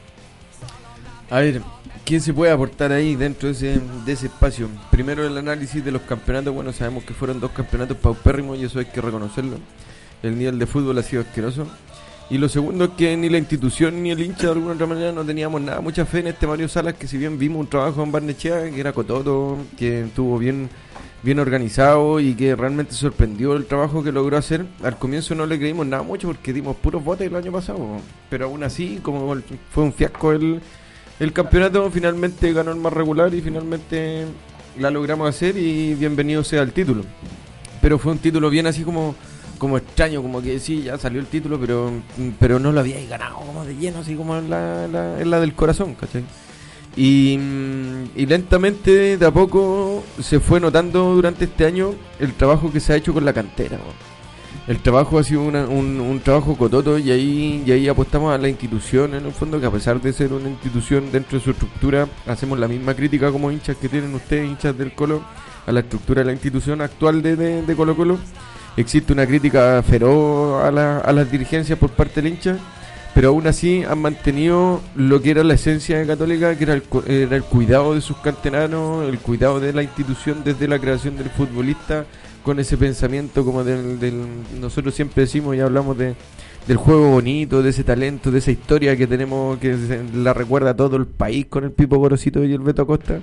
A ver, ¿quién se puede aportar ahí dentro de ese, de ese espacio? Primero el análisis de los campeonatos. Bueno, sabemos que fueron dos campeonatos paupérrimos y eso hay que reconocerlo. El nivel de fútbol ha sido asqueroso. Y lo segundo es que ni la institución ni el hincha de alguna otra manera no teníamos nada, mucha fe en este Mario Salas, que si bien vimos un trabajo en Barnechea, que era cototo, que estuvo bien, bien organizado y que realmente sorprendió el trabajo que logró hacer, al comienzo no le creímos nada mucho porque dimos puros botes el año pasado, pero aún así, como fue un fiasco el, el campeonato, finalmente ganó el más regular y finalmente la logramos hacer y bienvenido sea el título. Pero fue un título bien así como... como extraño, como que sí, ya salió el título, pero pero no lo habíais ganado como de lleno, así como en la, la, en la del corazón, ¿cachai? Y, y lentamente, de a poco, se fue notando durante este año el trabajo que se ha hecho con la cantera, ¿no? El trabajo ha sido una, un, un trabajo cototo y ahí, y ahí apostamos a la institución, en el fondo, que a pesar de ser una institución dentro de su estructura, hacemos la misma crítica como hinchas que tienen ustedes, hinchas del Colo, a la estructura de la institución actual de, de, de Colo Colo. Existe una crítica feroz a, la, a las dirigencias por parte del hincha, pero aún así han mantenido lo que era la esencia de Católica, que era el, era el cuidado de sus canteranos, el cuidado de la institución desde la creación del futbolista, con ese pensamiento como del, del nosotros siempre decimos y hablamos de del juego bonito, de ese talento, de esa historia que tenemos, que se, la recuerda a todo el país con el Pipo Gorosito y el Beto Acosta.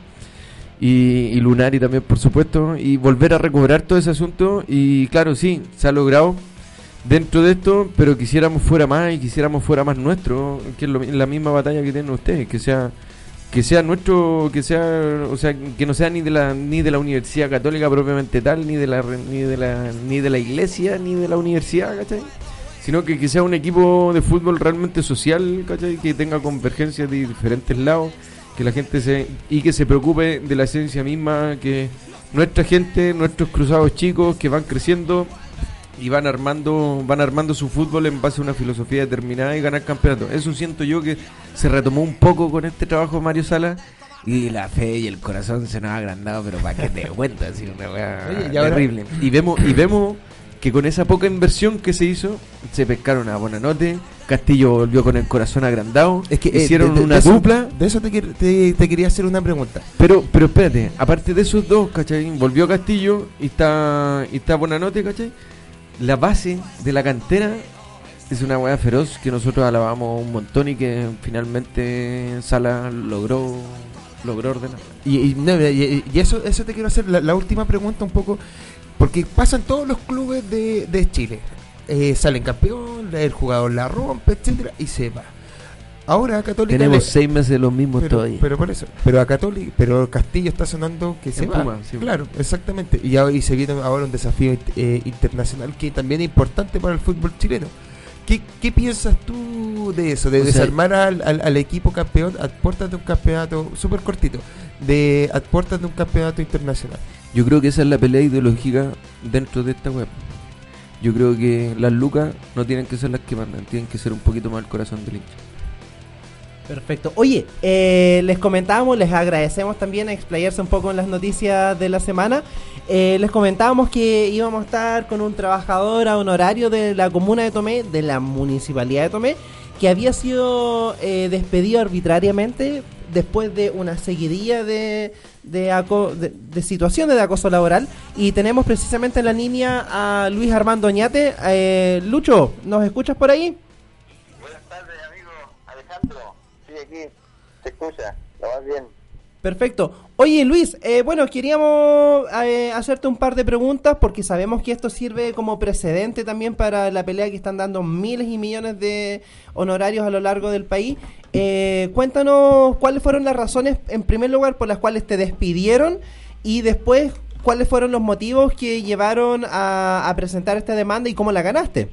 Y, y Lunari también, por supuesto, y volver a recobrar todo ese asunto. Y claro, sí, se ha logrado dentro de esto, pero quisiéramos fuera más y quisiéramos fuera más nuestro, que es lo, la misma batalla que tienen ustedes, que sea que sea nuestro, que sea, o sea, que no sea ni de la ni de la Universidad Católica propiamente tal, ni de la ni de la ni de la iglesia, ni de la universidad, ¿cachai? Sino que, que sea un equipo de fútbol realmente social, ¿cachai? Que tenga convergencias de diferentes lados, que la gente se y que se preocupe de la esencia misma, que nuestra gente, nuestros cruzados chicos que van creciendo y van armando van armando su fútbol en base a una filosofía determinada y ganar campeonatos. Eso siento yo que se retomó un poco con este trabajo de Mario Sala, y la fe y el corazón se nos ha agrandado, pero para que te cuentas, así una weá terrible. Ahora... Y vemos y vemos que con esa poca inversión que se hizo, se pescaron a Buenanote, Castillo volvió con el corazón agrandado, es que hicieron eh, de, de, una de dupla. Eso, de eso te, te, te quería hacer una pregunta. Pero pero espérate, aparte de esos dos, ¿cachai? Volvió Castillo y está, y está Buenanote, ¿cachai? La base de la cantera es una weá feroz que nosotros alabamos un montón y que finalmente Sala logró logró ordenar. Y, y, no, y, y eso, eso te quiero hacer la, la última pregunta un poco. Porque pasan todos los clubes de, de Chile, eh, salen campeón, el jugador la rompe, etcétera, y se va. Ahora Católica tenemos le, seis meses de los mismos pero, todavía. Pero por eso, pero a Católica, pero Castillo está sonando que se en va. Puma, sí, claro, exactamente. Y, y se viene ahora un desafío eh, internacional que también es importante para el fútbol chileno. ¿Qué, qué piensas tú de eso? De o desarmar sea, al, al, al equipo campeón a puertas de un campeonato súper cortito, de a puertas de un campeonato internacional. Yo creo que esa es la pelea ideológica dentro de esta web. Yo creo que las lucas no tienen que ser las que mandan, tienen que ser un poquito más el corazón del hincha. Perfecto. Oye, eh, les comentábamos, les agradecemos también a explayarse un poco en las noticias de la semana. Eh, les comentábamos que íbamos a estar con un trabajador honorario de la comuna de Tomé, de la municipalidad de Tomé, que había sido eh, despedido arbitrariamente después de una seguidilla de de, aco- de de situaciones de acoso laboral, y tenemos precisamente en la línea a Luis Armando Oñate. eh, Lucho, ¿nos escuchas por ahí? Buenas tardes, amigo Alejandro. Sí, aquí se escucha, lo vas bien. Perfecto. Oye, Luis, eh, bueno, queríamos eh, hacerte un par de preguntas porque sabemos que esto sirve como precedente también para la pelea que están dando miles y millones de honorarios a lo largo del país. Eh, cuéntanos cuáles fueron las razones, en primer lugar, por las cuales te despidieron, y después cuáles fueron los motivos que llevaron a, a presentar esta demanda y cómo la ganaste.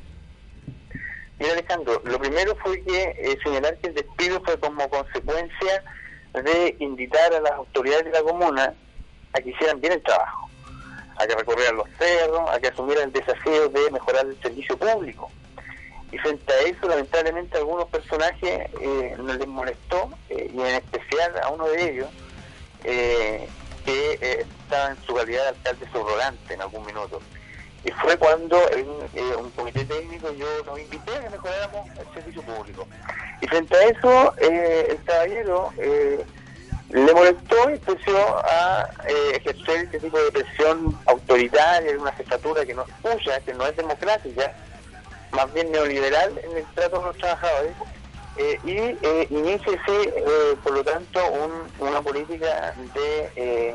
Mira, Alejandro, lo primero fue que eh, señalar que el despido fue como consecuencia de invitar a las autoridades de la comuna a que hicieran bien el trabajo, a que recorrieran los cerros, a que asumieran el desafío de mejorar el servicio público. Y frente a eso, lamentablemente, a algunos personajes eh, no les molestó, eh, y en especial a uno de ellos, eh, que eh, estaba en su calidad de alcalde subrogante en algún minuto. Y fue cuando en eh, un comité técnico yo nos invité a que mejoráramos el servicio público. Y frente a eso, eh, el caballero eh, le molestó y empezó a eh, ejercer este tipo de presión autoritaria en una jefatura que no escucha, que no es democrática, más bien neoliberal en el trato con los trabajadores, eh, y eh, inicia así, eh, por lo tanto, un, una política de, eh,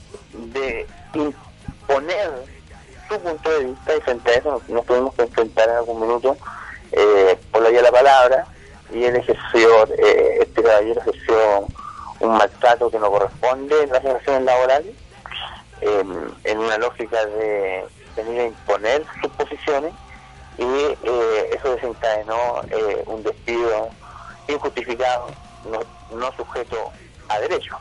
de imponer su punto de vista, y frente a eso nos, nos tuvimos que enfrentar en algún minuto eh, por la vía de la palabra, y él ejerció, eh, este caballero ejerció un maltrato que no corresponde en las relaciones laborales, eh, en una lógica de venir a imponer sus posiciones, y eh, eso desencadenó eh, un despido injustificado, no, no sujeto a derecho,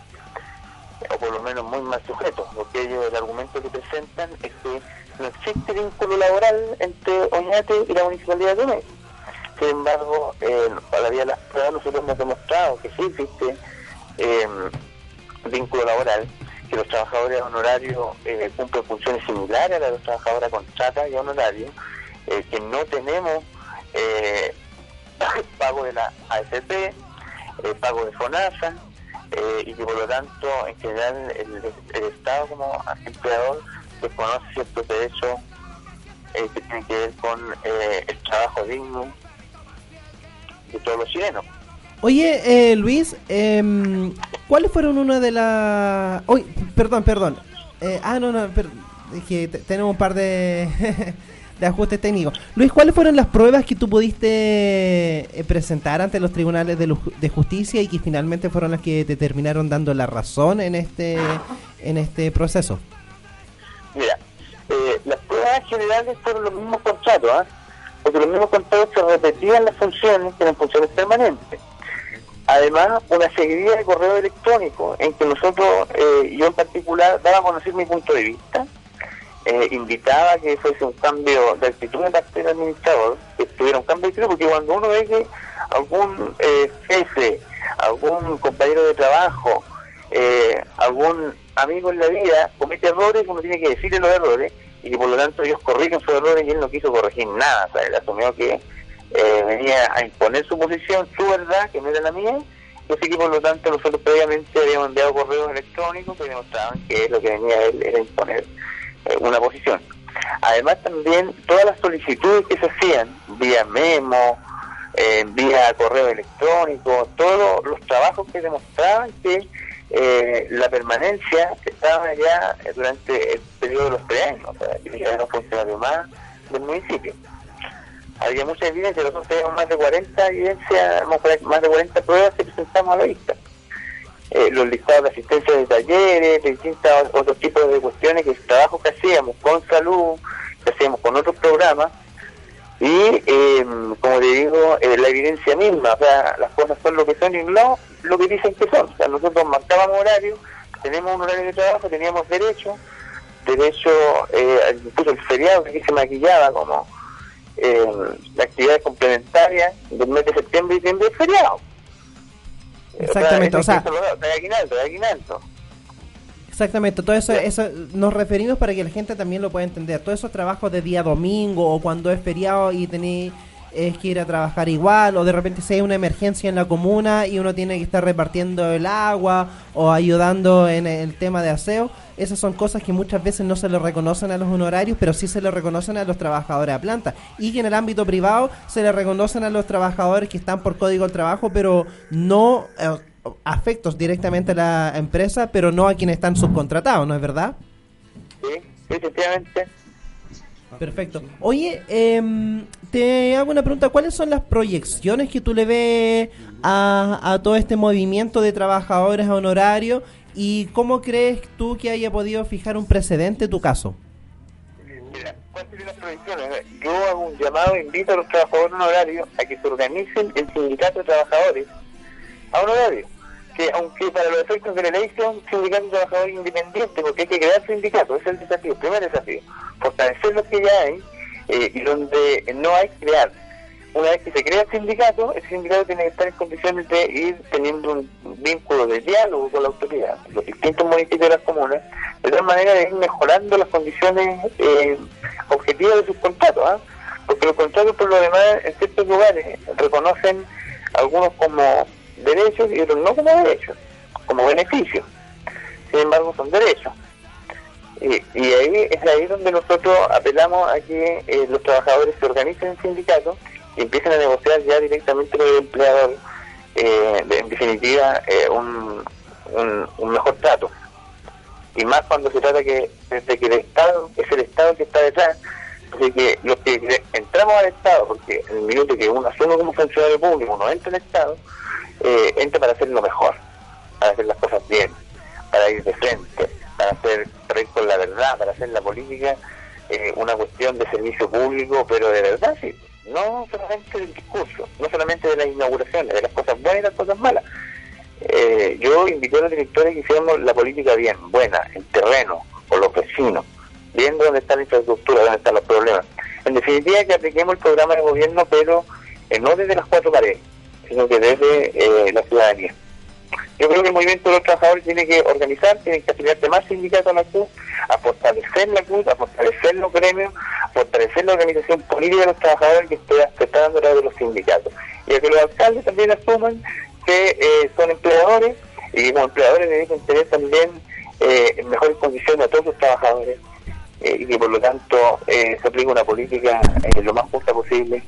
o por lo menos muy mal sujeto, porque ellos, el argumento que presentan es que no existe vínculo laboral entre Oñate y la Municipalidad de Oñate. Sin embargo, eh, a la vía de las pruebas nosotros hemos demostrado que sí existe eh, vínculo laboral, que los trabajadores honorarios eh, cumplen funciones similares a las de los trabajadores a contrata y honorarios, eh, que no tenemos eh, pago de la A F P, eh, pago de FONASA, eh, y que por lo tanto en general el, el Estado como empleador desconoce ciertos derechos eh, que tienen que ver con eh, el trabajo digno de todos los chilenos. Oye, eh, Luis, eh, ¿cuáles fueron una de las... Uy, perdón, perdón. Eh, ah, no, no, per... es que te- tenemos un par de, de ajustes técnicos. Luis, ¿cuáles fueron las pruebas que tú pudiste eh, presentar ante los tribunales de, lu- de justicia y que finalmente fueron las que te terminaron dando la razón en este, en este proceso? Mira, eh, las pruebas generales fueron los mismos contratos, ¿ah? Porque los mismos contratos se repetían las funciones, que eran funciones permanentes. Además, una seguidilla de correo electrónico en que nosotros, eh, yo en particular, daba a conocer mi punto de vista, eh, invitaba a que fuese un cambio de actitud de parte del administrador, que tuviera un cambio de actitud, porque cuando uno ve que algún eh, jefe, algún compañero de trabajo, eh, algún amigo en la vida comete errores, uno tiene que decirle los errores, y que por lo tanto ellos corrigen sus errores, y él no quiso corregir nada, o sea, él asumió que eh, venía a imponer su posición, su verdad, que no era la mía, y así que por lo tanto nosotros previamente habíamos enviado correos electrónicos que demostraban que lo que venía él era imponer eh, una posición. Además también todas las solicitudes que se hacían, vía memo, eh, vía correo electrónico, todos los trabajos que demostraban que eh, la permanencia estaba ya durante el periodo de los tres años, o sea, yo ya era un funcionario más del municipio. Había mucha evidencia, nosotros teníamos más de cuarenta evidencias, más de cuarenta pruebas que presentamos a la vista. Eh, los listados de asistencia de talleres, de distintos otros tipos de cuestiones, que el trabajo que hacíamos con salud, que hacíamos con otros programas, y eh, como te digo, eh, la evidencia misma, o sea, las cosas son lo que son y no lo que dicen que son. O sea, nosotros marcábamos horario, tenemos un horario de trabajo, teníamos derecho, derecho, eh, incluso el feriado que aquí se maquillaba como eh, la actividad complementaria del mes de septiembre y diciembre es feriado. Exactamente, o sea, o sea de aguinaldo, de aguinaldo. Exactamente, todo eso, eso nos referimos para que la gente también lo pueda entender. Todos esos trabajos de día domingo o cuando es feriado y tenéis es que ir a trabajar igual, o de repente si hay una emergencia en la comuna y uno tiene que estar repartiendo el agua o ayudando en el tema de aseo. Esas son cosas que muchas veces no se le reconocen a los honorarios, pero sí se le reconocen a los trabajadores a planta. Y que en el ámbito privado se le reconocen a los trabajadores que están por código del trabajo, pero no eh, afectos directamente a la empresa, pero no a quienes están subcontratados, ¿no es verdad? Sí, efectivamente. Perfecto. Oye, eh, te hago una pregunta. ¿Cuáles son las proyecciones que tú le ves a, a todo este movimiento de trabajadores a honorario? ¿Y cómo crees tú que haya podido fijar un precedente tu caso? Mira, ¿cuáles serían las proyecciones? Yo hago un llamado, invito a los trabajadores honorarios a que se organicen en sindicato de trabajadores a honorario. Que aunque para los efectos de la ley sea un sindicato de trabajadores independiente, porque hay que crear sindicatos, ese es el desafío, el primer desafío. Fortalecer los que ya hay eh, y donde no hay que crear. Una vez que se crea el sindicato, ese sindicato tiene que estar en condiciones de ir teniendo un vínculo de diálogo con la autoridad, los distintos municipios de las comunas, de tal manera de ir mejorando las condiciones eh, objetivas de sus contratos, ¿eh? Porque los contratos por lo demás en ciertos lugares reconocen algunos como derechos y otros no como derechos, como beneficios. Sin embargo son derechos. Y, y ahí es ahí donde nosotros apelamos a que eh, los trabajadores se organicen en sindicatos y empiecen a negociar ya directamente con el empleador, eh, de, en definitiva, eh, un, un, un mejor trato. Y más cuando se trata que desde que el Estado es el Estado que está detrás, así que los que entramos al Estado, porque en el minuto que uno asume como funcionario público, uno entra al Estado, eh, entra para hacer lo mejor, para hacer las cosas bien, para ir de frente, para hacer, para ir con la verdad, para hacer la política eh, una cuestión de servicio público, pero de verdad, sí. No solamente del discurso, no solamente de las inauguraciones, de las cosas buenas y las cosas malas. Eh, yo invité a los directores que hiciéramos la política bien, buena, en terreno, con los vecinos, viendo dónde está la infraestructura, dónde están los problemas. En definitiva, que apliquemos el programa de gobierno, pero eh, no desde las cuatro paredes, sino que desde eh, la ciudadanía. Yo creo que el movimiento de los trabajadores tiene que organizar, tiene que afiliarse más sindicatos a la C U, a fortalecer la C U, a fortalecer los gremios, a fortalecer la organización política de los trabajadores que está, que está dando a través de los sindicatos. Y a que los alcaldes también asuman que eh, son empleadores y como empleadores deben tener también eh, en mejores condiciones a todos los trabajadores eh, y que por lo tanto eh, se aplique una política eh, lo más justa posible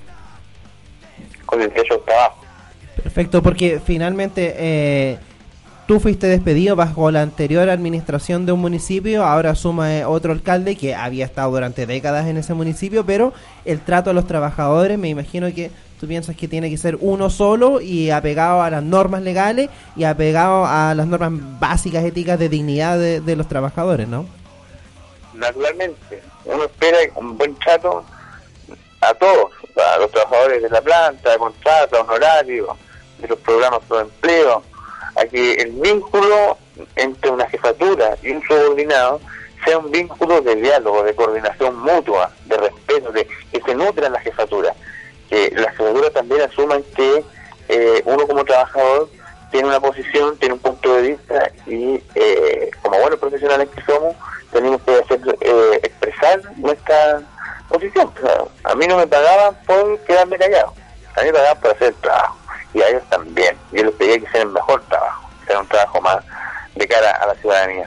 con el derecho al trabajo. Perfecto, porque finalmente eh, tú fuiste despedido bajo la anterior administración de un municipio, ahora asume otro alcalde que había estado durante décadas en ese municipio, pero el trato a los trabajadores, me imagino que tú piensas que tiene que ser uno solo y apegado a las normas legales y apegado a las normas básicas éticas de dignidad de, de los trabajadores, ¿no? Naturalmente, uno espera un buen trato a todos, a los trabajadores de la planta, de contrato, honorarios, de los programas de empleo, a que el vínculo entre una jefatura y un subordinado sea un vínculo de diálogo, de coordinación mutua, de respeto, de que se nutran las jefaturas, que las jefaturas también asuman que eh, uno como trabajador tiene una posición, tiene un punto de vista y eh, como buenos profesionales que somos, tenemos que hacer eh, expresar nuestra posición. O sea, a mí no me pagaban por quedarme callado, a mí me pagaban por hacer el trabajo y a ellos también. Yo les pedía que hicieran el mejor trabajo, que sea un trabajo más de cara a la ciudadanía.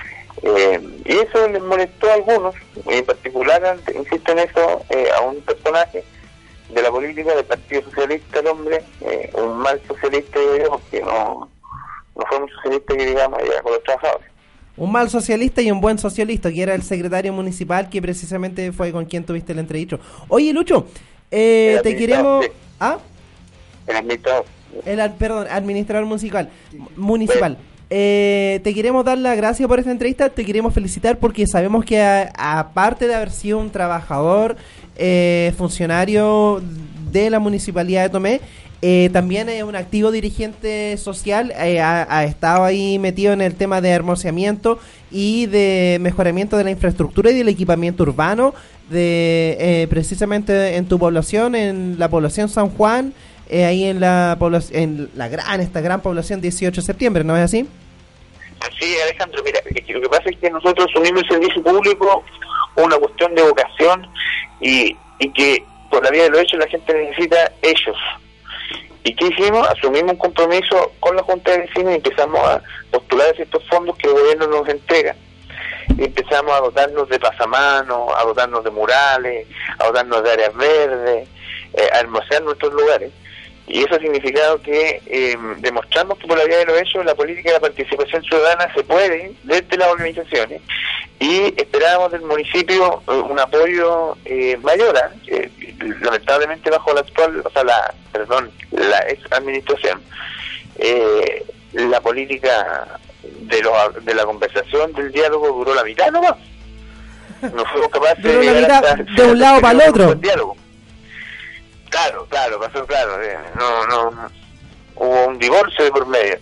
Eh, y eso les molestó a algunos, y en particular, insisto en eso, eh, a un personaje de la política del Partido Socialista, el hombre, eh, un mal socialista, digamos, que no, no fue un socialista que digamos ya con los trabajadores. Un mal socialista y un buen socialista, que era el secretario municipal, que precisamente fue con quien tuviste el entredicho. Oye, Lucho, eh, te queremos... Sí. ¿Ah? El administrador. El, perdón, administrador municipal. municipal. Eh, te queremos dar las gracias por esta entrevista, te queremos felicitar porque sabemos que a, aparte de haber sido un trabajador, eh, funcionario de la Municipalidad de Tomé, eh, también es un activo dirigente social, eh, ha, ha estado ahí metido en el tema de hermoseamiento y de mejoramiento de la infraestructura y del equipamiento urbano, de eh, precisamente en tu población, en la población San Juan, eh, ahí en la población, en la gran, esta gran población dieciocho de septiembre, ¿no es así? Así, Alejandro, mira, lo que pasa es que nosotros asumimos el servicio público una cuestión de vocación y, y que por la vía de los hechos la gente necesita ellos. ¿Y qué hicimos? Asumimos un compromiso con la Junta de Vecinos y empezamos a postular estos fondos que el gobierno nos entrega. Y empezamos a dotarnos de pasamanos, a dotarnos de murales, a dotarnos de áreas verdes, eh, a hermosear nuestros lugares. Y eso ha significado que eh, demostramos que por la vía de los hechos la política de la participación ciudadana se puede desde las organizaciones, y esperábamos del municipio eh, un apoyo eh, mayor, eh, lamentablemente bajo la actual, o sea, la, perdón, la ex administración, eh, la política de, los, de la conversación, del diálogo duró la mitad nomás. No fuimos capaces duró de la llegar mitad hasta, de un lado para el otro. Diálogo. Claro, claro, pasó claro, eh, no, no, no, hubo un divorcio de por medio.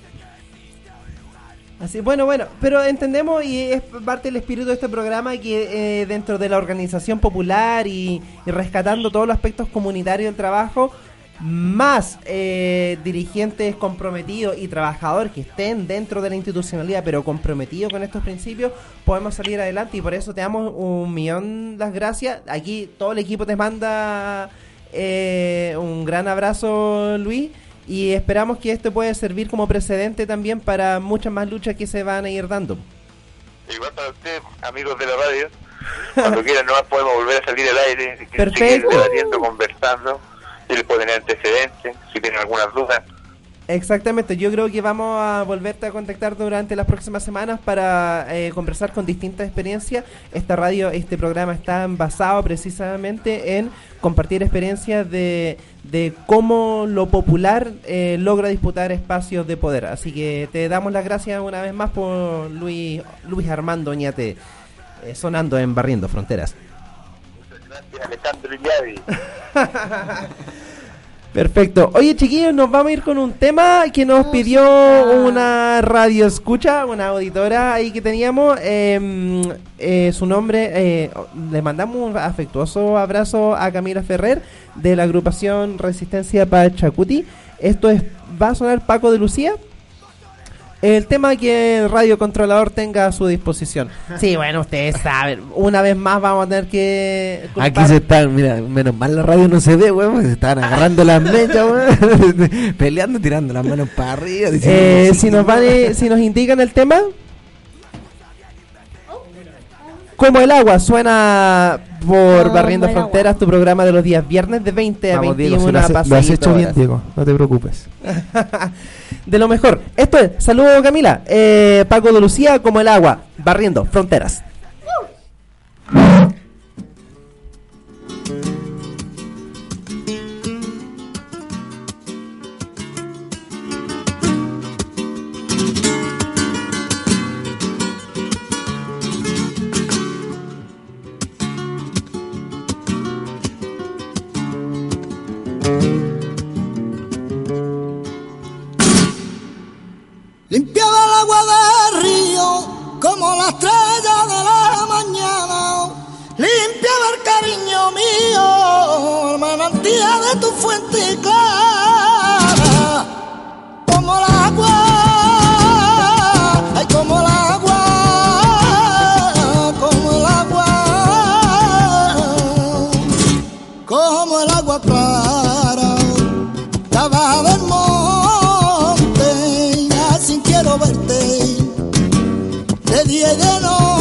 Así, bueno, bueno, pero entendemos, y es parte del espíritu de este programa, que eh, dentro de la organización popular y, y rescatando todos los aspectos comunitarios del trabajo, más eh, dirigentes comprometidos y trabajadores que estén dentro de la institucionalidad, pero comprometidos con estos principios, podemos salir adelante, y por eso te damos un millón las gracias. Aquí todo el equipo te manda eh, un gran abrazo, Luis. Y esperamos que esto pueda servir como precedente también para muchas más luchas que se van a ir dando. Igual para ustedes, amigos de la radio, cuando quieran nomás podemos volver a salir al aire, Perfecto. seguir debatiendo, conversando, si les pueden dar antecedentes, si tienen algunas dudas. Exactamente, yo creo que vamos a volverte a contactar durante las próximas semanas para eh, conversar con distintas experiencias. Esta radio, este programa está basado precisamente en compartir experiencias de, de cómo lo popular eh, logra disputar espacios de poder. Así que te damos las gracias una vez más por Luis, Luis Armando Oñate, eh, sonando en Barriendo Fronteras. Muchas gracias, Alejandro Iñadi. Perfecto. Oye, chiquillos, nos vamos a ir con un tema que nos pidió una radio escucha, una auditora ahí que teníamos. Eh, eh, su nombre, eh, le mandamos un afectuoso abrazo a Camila Ferrer de la agrupación Resistencia Pachacuti. Esto es, va a sonar Paco de Lucía. El tema que el radiocontrolador tenga a su disposición. Sí, bueno, ustedes saben. Una vez más vamos a tener que culpar. Aquí se están, mira, menos mal la radio no se ve, weón, se están agarrando las mechas, weón, peleando, tirando las manos para arriba. Eh, si nos van, eh, si nos indican el tema. Como el agua, suena por Oh, Barriendo como el Fronteras, tu programa de los días viernes de veinte a Vamos, Diego, veintiuno. si lo, hace- lo has pasadito hecho bien, horas. Diego, no te preocupes. De lo mejor. Esto es, saludos Camila, eh, Paco de Lucía, como el agua, Barriendo Fronteras. Limpiaba el agua del río como la estrella de la mañana. Limpiaba el cariño mío, el manantial de tu fuente clara. Como el agua, ay, como el agua, como el agua, como el agua clara. Estaba del monte, así quiero verte, de día y de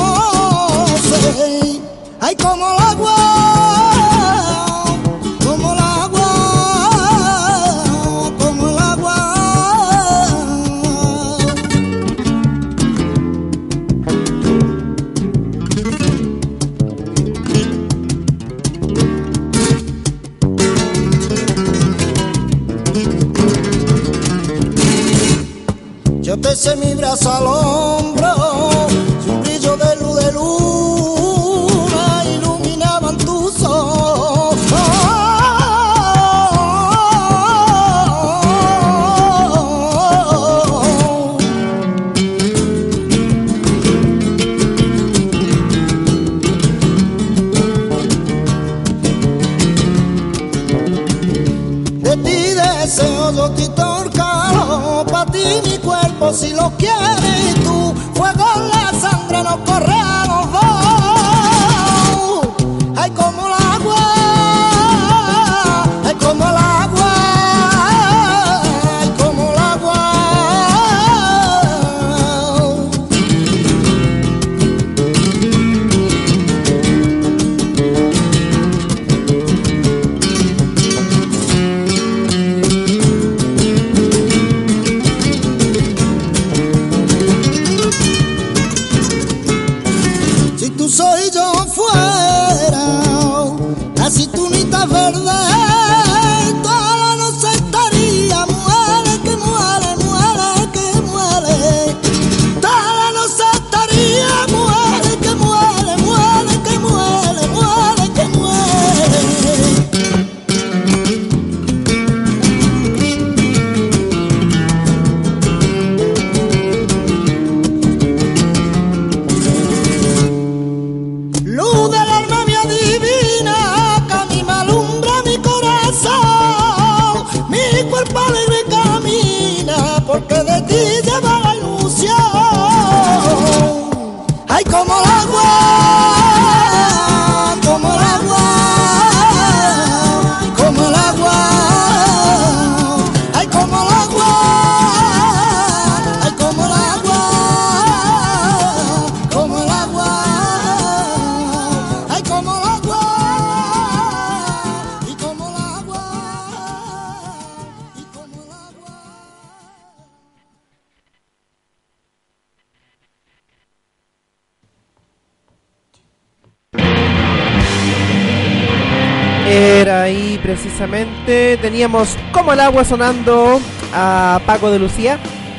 noche. Ay, como el agua, como el agua, como el agua. Yo te eché mi brazo al hombro, y un brillo de luz de luna iluminaban tus ojos. De ti deseo yo te torcaro, pa' ti mi cuerpo si lo quieres tú. Fuego en la sangre nos corre a los dos. Ay, como el agua, tú soy yo fuera, así tú ni estás verde, toda la noche estaría, muere que muere, muere que muere, toda la noche estaría, muere que muere, muere que muere, muere que muere. Luz del alma mía divina, que a mí me alumbra mi corazón, mi cuerpo alegre camina, porque de ti lleva la ilusión. Ay, como el agua, como el agua, como el agua, ay, como el agua, ay, como el agua, como el agua, ay, como el agua, y como el agua, y como el agua. Era ahí precisamente, teníamos Como el agua sonando a Paco de Lucía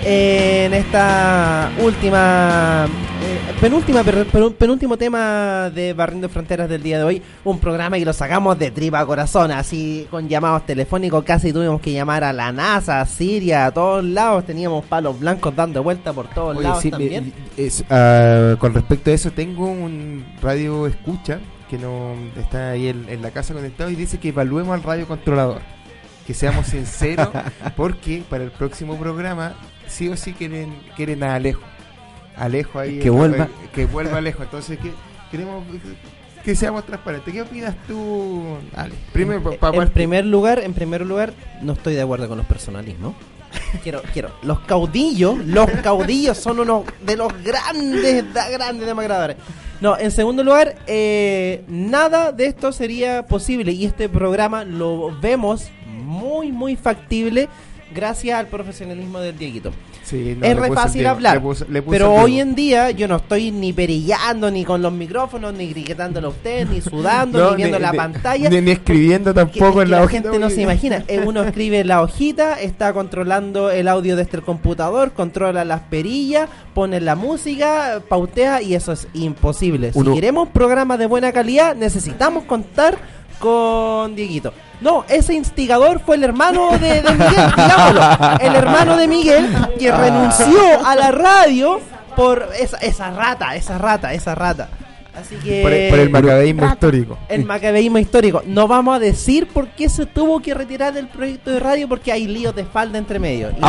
en esta última, eh, penúltima, per- per- penúltimo tema de Barriendo Fronteras del día de hoy. Un programa que lo sacamos de tripa a corazón, así con llamados telefónicos, casi tuvimos que llamar a la NASA, a Siria, a todos lados, teníamos palos blancos dando vuelta por todos Oye, lados sí, también. me- es, ah, con respecto a eso, tengo un radio escucha que no está ahí en, en la casa conectado y dice que evaluemos al radio controlador, que seamos sinceros, porque para el próximo programa sí o sí quieren quieren a Alejo, Alejo ahí Que vuelva. que vuelva Alejo. Entonces que queremos que seamos transparentes. ¿Qué opinas tú, Ale? Primero, pa- pa- En primer lugar, en primer lugar, no estoy de acuerdo con los personalismos. Quiero, quiero, los caudillos, los caudillos son unos de los grandes, da- grandes demacradores. No, en segundo lugar, eh, nada de esto sería posible y este programa lo vemos muy, muy factible gracias al profesionalismo del Dieguito. Sí, no, Es le re puso el fácil Diego, hablar, le puso- le puso pero el Diego. hoy en día yo no estoy ni perillando, ni con los micrófonos, ni gritándolo a usted, ni sudando, No, ni viendo ni- la ni- pantalla. ni, ni escribiendo Que- tampoco es en que la, la hojita. gente no Oye. se imagina. Eh, Uno escribe en la hojita, está controlando el audio desde el computador, controla las perillas, pone la música, pautea y eso es imposible. Si Uno- queremos programas de buena calidad, necesitamos contar con Dieguito. No, ese instigador fue el hermano de, de Miguel, digámoslo. El hermano de Miguel que renunció a la radio por esa, esa rata, esa rata, esa rata. Así que Por el, por el macabeísmo Rato. histórico. el macabeísmo histórico. No vamos a decir por qué se tuvo que retirar del proyecto de radio porque hay líos de falda entre medio. Y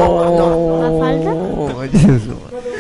Oh. ¿La falda? Eso.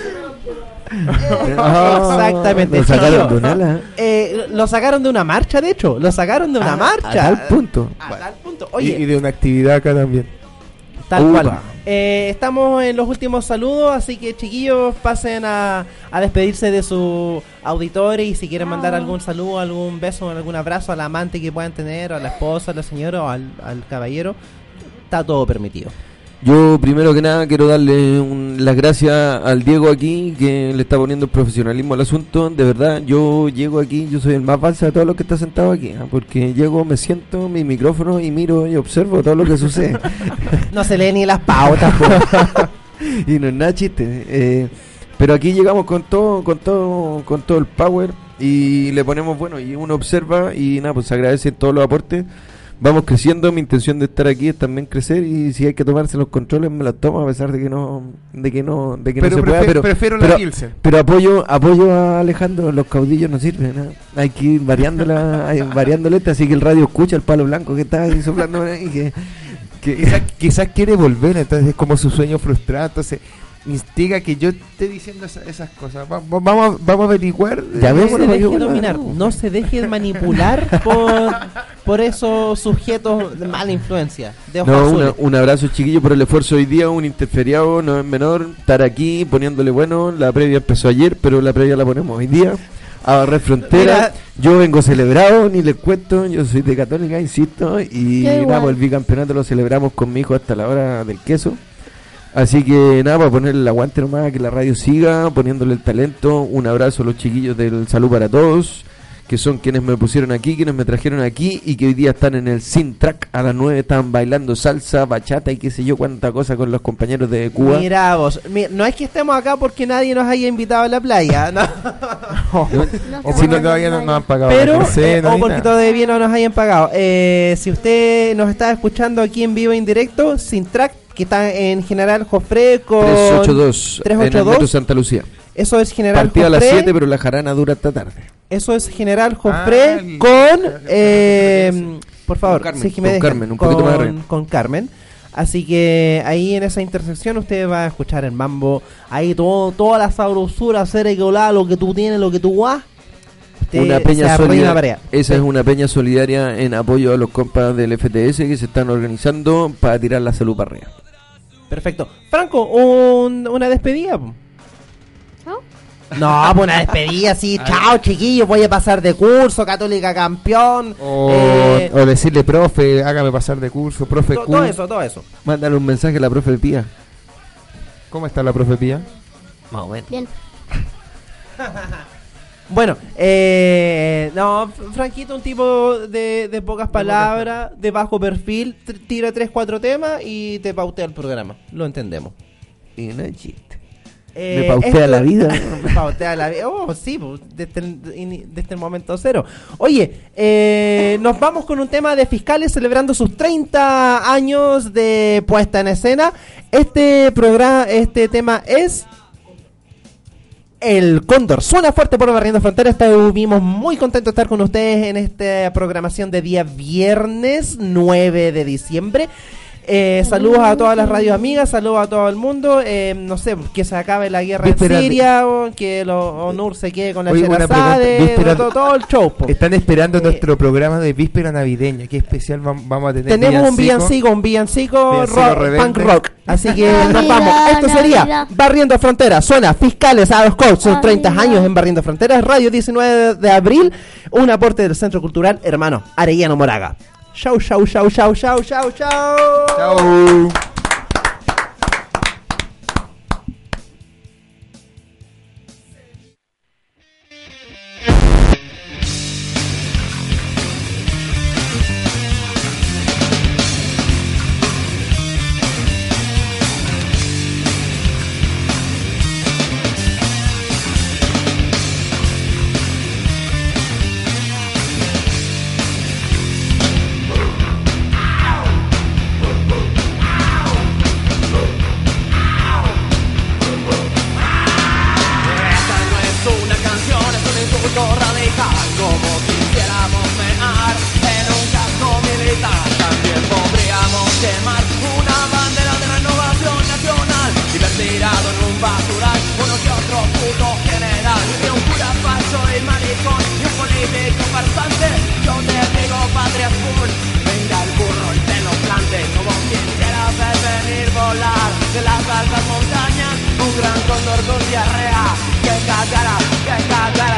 Exactamente. Lo sacaron chiquillo. de un ala. Eh, lo sacaron de una marcha, de hecho. Lo sacaron de una A- marcha. a tal punto. A tal punto. Y, Oye, y de una actividad acá también. tal Upa. cual. Eh, estamos en los últimos saludos, así que chiquillos pasen a, a despedirse de sus auditores y si quieren mandar algún saludo, algún beso, algún abrazo al amante que puedan tener, a la esposa, a la señora o al, al caballero, está todo permitido. Yo primero que nada quiero darle un- las gracias al Diego aquí que le está poniendo el profesionalismo al asunto. De verdad, yo llego aquí, yo soy el más balsa de todos los que está sentado aquí, ¿ah? Porque llego, me siento, mi micrófono y miro y observo todo lo que sucede. No se lee ni las pautas, po. Y no es nada chiste. eh, pero aquí llegamos con todo, con todo, con todo el power y le ponemos bueno y uno observa y nada, pues se agradecen todos los aportes. Vamos creciendo, mi intención de estar aquí es también crecer y si hay que tomarse los controles me los tomo a pesar de que no, de que no, de que Pero no se pueda, prefe- pero prefiero pero, la Pilsen. pero apoyo, apoyo a Alejandro, los caudillos no sirven, ¿no? Hay que ir variándola, hay- variándole, así que el radio escucha el palo blanco que está ahí soplando por ahí, que, que Quizás quizás quiere volver, entonces es como su sueño frustrado, entonces instiga que yo esté diciendo esa- esas cosas. Va- va- vamos, vamos a averiguar. Ya No ves, se bueno, deje yo- bueno, dominar, no se deje manipular por, por esos sujetos de mala influencia, de ojos No, azules. una- un abrazo chiquillo por el esfuerzo hoy día, un interferiado no es menor, estar aquí poniéndole bueno, la previa empezó ayer, pero la previa la ponemos hoy día, a barrer frontera, yo vengo celebrado, ni les cuento, yo soy de Católica, insisto, y Yo igual. nada, pues el bicampeonato lo celebramos con mi hijo hasta la hora del queso, Así que nada, para ponerle el aguante nomás, que la radio siga, poniéndole el talento. Un abrazo a los chiquillos del Salud para Todos, que son quienes me pusieron aquí, quienes me trajeron aquí y que hoy día están en el Sin Track a las nueve, están bailando salsa, bachata y qué sé yo cuánta cosa con los compañeros de Cuba. Mira vos, mi- no es que estemos acá porque nadie nos haya invitado a la playa, no. O si no, todavía no nos han pagado. Pero, la quincena eh, o ni porque nada. todavía no nos hayan pagado. Eh, si usted nos está escuchando aquí en vivo e indirecto, Sin Track, que está en General Jofre con trescientos ochenta y dos, en el trescientos ochenta y dos. metro Santa Lucía. Eso es General Partida a las Jofre. siete, pero la jarana dura hasta tarde. Eso es General Jofre Ah, el- con eh, por favor, Con Carmen, sí, que me con dejen, Carmen, un poquito con, más arriba. con Carmen. Así que ahí en esa intersección usted va a escuchar el mambo, ahí todo, toda la sabrosura, cerecolada, lo que tú tienes, lo que tú guas. Usted Una se peña arruina solidaria. para allá. Esa Sí. es una peña solidaria en apoyo a los compas del F T S que se están organizando para tirar la salud para arriba. Perfecto. Franco, un- una despedida. po. ¿Chao? No, pues una despedida, sí. Chao, chiquillos, voy a pasar de curso, Católica campeón. O, eh, o decirle, profe, hágame pasar de curso, profe to- Q. todo eso, todo eso. Mándale un mensaje a la profe Pía. ¿Cómo está la profe Pía? Más o menos. Bien. Bueno, eh, no, F- Franquito, un tipo de, de pocas palabras, de bajo perfil, tr- tira tres, cuatro temas y te pautea el programa. Lo entendemos. Y no es chiste. Eh, Me pautea esto- la vida. Me pautea la vida. Oh, sí, pues, desde el, ini- desde el momento cero. Oye, eh, nos vamos con un tema de Fiscales celebrando sus treinta años de puesta en escena. Este programa, este tema es El Cóndor. Suena fuerte por Barriendo Fronteras. Estuvimos muy contentos de estar con ustedes en esta programación de día viernes nueve de diciembre. Eh, saludos a todas las radios amigas, saludos a todo el mundo. Eh, no sé, que se acabe la guerra Víspera en de- Siria, o que lo, ONUR se quede con la Oye, buena Sherazade, pregunta. Víspera- todo, todo el show. po. Están esperando Eh, nuestro programa de víspera navideña. ¿Qué especial vam- vamos a tener? Tenemos un villancico. villancico, un villancico, Villancico rock, rebelde. punk rock. Así que Navidad, nos vamos. Esto sería Navidad. Barriendo Fronteras. Suena Fiscales a los Coach. Son treinta Navidad. años en Barriendo Fronteras. Radio diecinueve de abril. Un aporte del Centro Cultural Hermano Arellano Moraga. Chau, chau, chau, chau, chau, chau, chau. Chau. Esta no es una canción, es un insulto radical. Como quisiéramos mear en un casco militar. También podríamos quemar una bandera de renovación nacional y ver tirado en un basural uno que otro puto general. Y un cura falso y maricón y un político farsante. Yo te digo patria full, venga el burro y te lo plante. Como quien quiera ver venir volar de las altas montañas un gran cóndor con diarrea. Que cagará, que cagará.